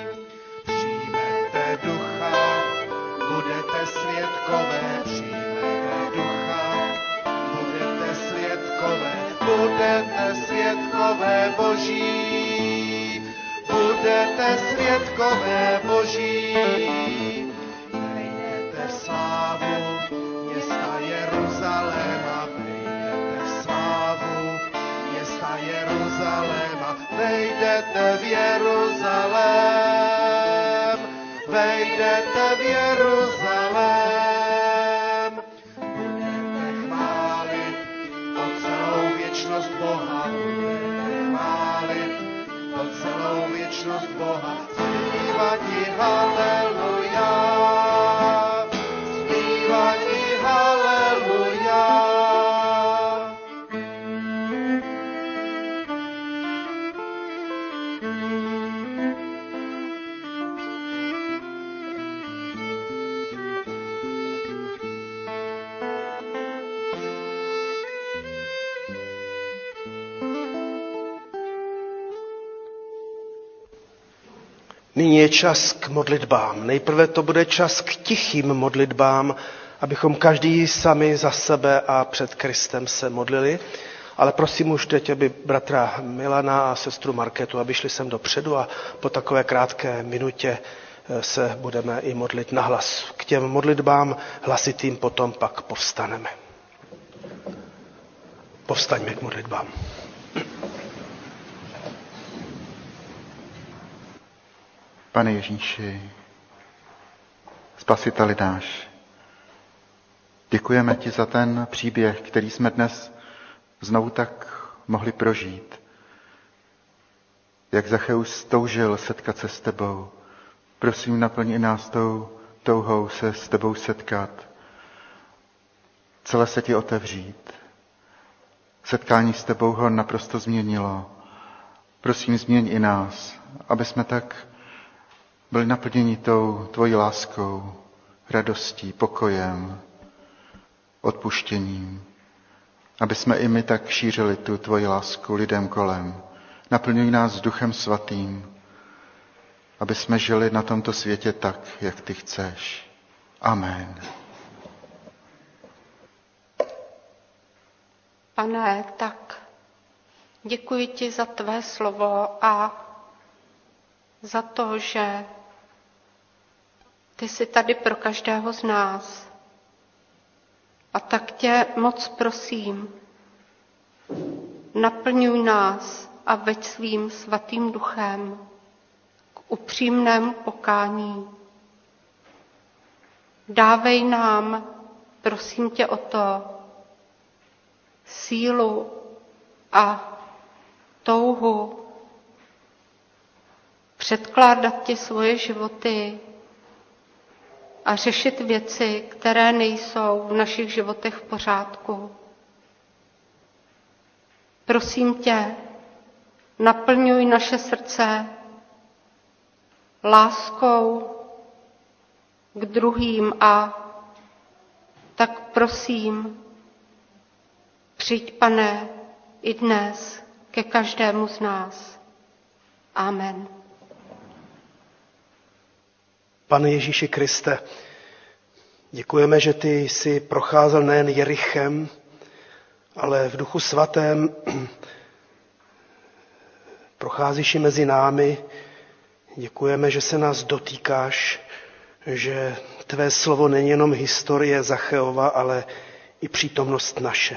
Přijmete ducha, budete svědkové. Přijmete ducha, budete svědkové. Budete svědkové Boží. Budete svědkové Boží. Vejdete v slávu města Jeruzaléma, vejdete v slávu města Jeruzaléma, vejdete v Jeruzalém, vejdete v Jeruzalém. Budete chválit po celou věčnost Boha, budete chválit po celou věčnost Boha, zpívati haleluja, zpívati haleluja. Nyní je čas k modlitbám. Nejprve to bude čas k tichým modlitbám, abychom každý sami za sebe a před Kristem se modlili. Ale prosím už teď, aby bratra Milana a sestru Markétu, aby šli sem dopředu a po takové krátké minutě se budeme i modlit nahlas. K těm modlitbám hlasitým potom pak povstaneme. Povstaňme k modlitbám. Pane Ježíši, Spasiteli náš, děkujeme ti za ten příběh, který jsme dnes znovu tak mohli prožít. Jak Zacheus toužil setkat se s tebou. Prosím, naplň i nás tou touhou se s tebou setkat. Celé se ti otevřít. Setkání s tebou ho naprosto změnilo. Prosím, změň i nás, aby jsme tak byli naplněni tou tvojí láskou, radostí, pokojem, odpuštěním. Aby jsme i my tak šířili tu tvoji lásku lidem kolem. Naplňuj nás Duchem Svatým, aby jsme žili na tomto světě tak, jak ty chceš. Amen. Pane, tak děkuji ti za tvé slovo a za to, že ty jsi tady pro každého z nás. A tak tě moc prosím, naplňuj nás a veď svým svatým duchem k upřímnému pokání. Dávej nám, prosím tě o to, sílu a touhu předkládat ti svoje životy a řešit věci, které nejsou v našich životech v pořádku. Prosím tě, naplňuj naše srdce láskou k druhým a tak prosím, přijď, Pane, i dnes ke každému z nás. Amen. Pane Ježíši Kriste, děkujeme, že ty jsi procházel nejen Jerichem, ale v Duchu Svatém procházíš i mezi námi. Děkujeme, že se nás dotýkáš, že tvé slovo není jenom historie Zacheova, ale i přítomnost naše.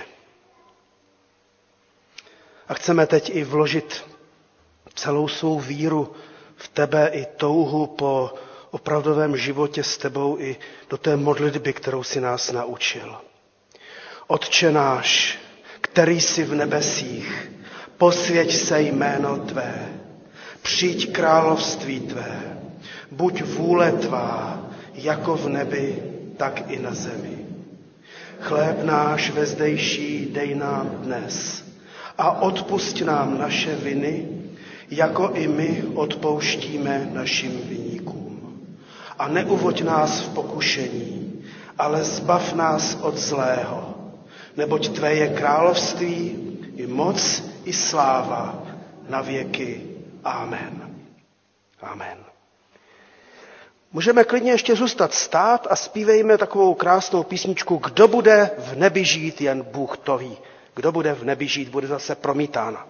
A chceme teď i vložit celou svou víru v tebe i touhu po opravdovém životě s tebou i do té modlitby, kterou si nás naučil. Otče náš, který jsi v nebesích, posvěť se jméno tvé, přijď království tvé, buď vůle tvá, jako v nebi, tak i na zemi. Chléb náš vezdejší dej nám dnes a odpusť nám naše viny, jako i my odpouštíme našim viníkům. A neuvoď nás v pokušení, ale zbav nás od zlého, neboť tvé je království, i moc, i sláva na věky. Amen. Amen. Můžeme klidně ještě zůstat stát a zpívejme takovou krásnou písničku Kdo bude v nebi žít, jen Bůh to ví. Kdo bude v nebi žít, bude zase promítána.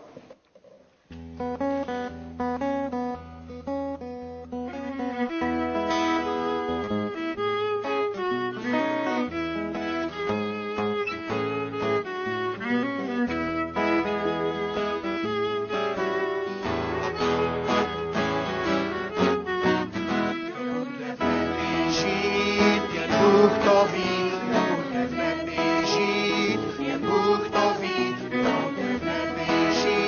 Bůh to ví, jen Bůh to ví, kdo bude v nebi žít.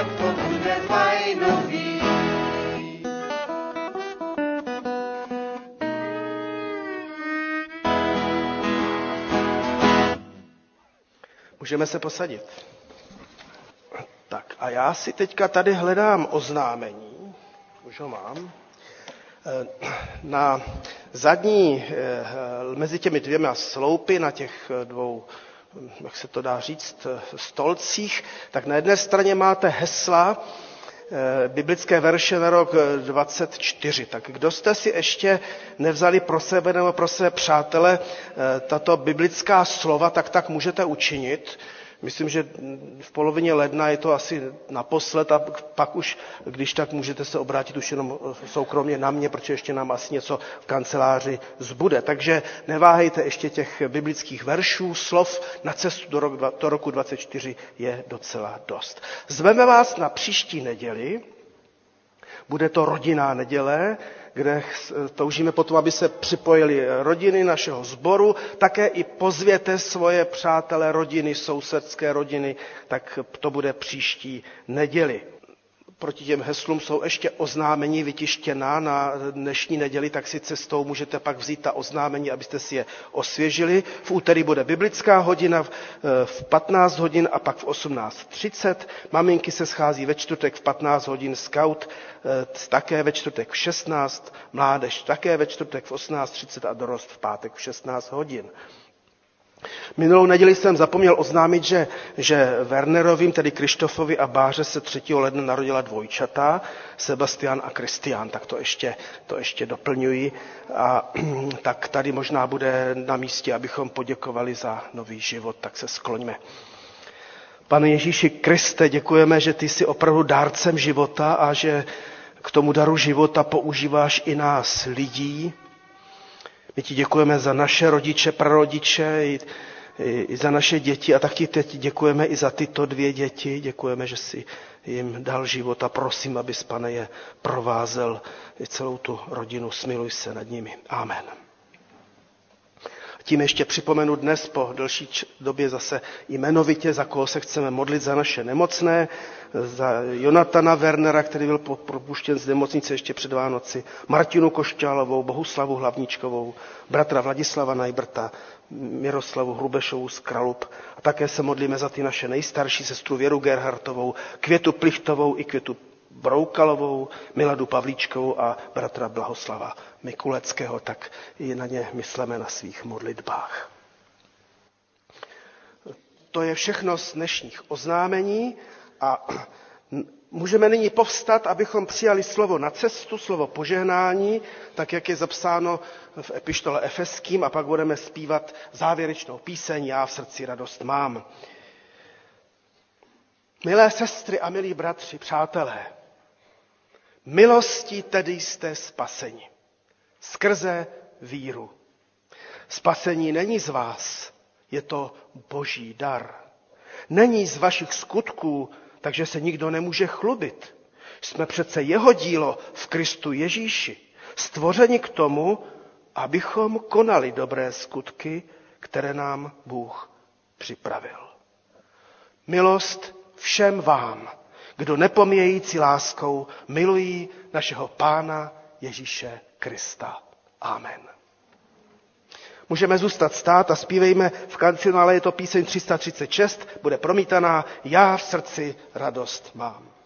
jak to bude fajnový. Můžeme se posadit. Tak a já si teďka tady hledám oznámení, už ho mám, na zadní, mezi těmi dvěma sloupy, na těch dvou, jak se to dá říct, stolcích, tak na jedné straně máte hesla, biblické verše na rok 24. Tak kdo jste si ještě nevzali pro sebe nebo pro své přátele tato biblická slova, tak můžete učinit. Myslím, že v polovině ledna je to asi naposled a pak už, když tak můžete se obrátit už jenom soukromně na mě, protože ještě nám asi něco v kanceláři zbude. Takže neváhejte, ještě těch biblických veršů, slov na cestu do roku 24 je docela dost. Zveme vás na příští neděli, bude to rodinná neděle, kde toužíme potom, aby se připojili rodiny našeho sboru, také i pozvěte svoje přátele, rodiny, sousedské rodiny, tak to bude příští neděli. Proti těm heslům jsou ještě oznámení vytištěná na dnešní neděli, tak si cestou můžete pak vzít ta oznámení, abyste si je osvěžili. V úterý bude biblická hodina v 15 hodin a pak v 18:30. Maminky se schází ve čtvrtek v 15 hodin, scout také ve čtvrtek v 16, mládež také ve čtvrtek v 18:30 a dorost v pátek v 16 hodin. Minulou neděli jsem zapomněl oznámit, že Wernerovým, tedy Krištofovi a Báře, se 3. ledna narodila dvojčata, Sebastian a Kristián, tak to ještě doplňuji. A tak tady možná bude na místě, abychom poděkovali za nový život, tak se skloňme. Pane Ježíši Kriste, děkujeme, že ty jsi opravdu dárcem života a že k tomu daru života používáš i nás, lidí. My ti děkujeme za naše rodiče, prarodiče, i za naše děti a tak ti teď děkujeme i za tyto dvě děti. Děkujeme, že jsi jim dal život a prosím, abys, Pane, je provázel i celou tu rodinu. Smiluj se nad nimi. Amen. Tím ještě připomenu dnes po delší době zase jmenovitě, za koho se chceme modlit, za naše nemocné, za Jonatana Wernera, který byl propuštěn z nemocnice ještě před Vánoci, Martinu Košťálovou, Bohuslavu Hlavničkovou, bratra Vladislava Najbrta, Miroslavu Hrubešovu z Kralup. A také se modlíme za ty naše nejstarší, sestru Věru Gerhartovou, Květu Plichtovou i Květu Broukalovou, Miladu Pavlíčkovou a bratra Blahoslava Mikuleckého, tak i na ně myslíme na svých modlitbách. To je všechno z dnešních oznámení a můžeme nyní povstat, abychom přijali slovo na cestu, slovo požehnání, tak jak je zapsáno v epištole Efeským, a pak budeme zpívat závěrečnou píseň Já v srdci radost mám. Milé sestry a milí bratři, přátelé, milostí tedy jste spaseni, skrze víru. Spasení není z vás, je to Boží dar. Není z vašich skutků, takže se nikdo nemůže chlubit. Jsme přece jeho dílo v Kristu Ježíši, stvořeni k tomu, abychom konali dobré skutky, které nám Bůh připravil. Milost všem vám, kdo nepomíjející láskou milují našeho Pána Ježíše Krista. Amen. Můžeme zůstat stát a zpívejme v kancionále, je to píseň 336, bude promítaná Já v srdci radost mám.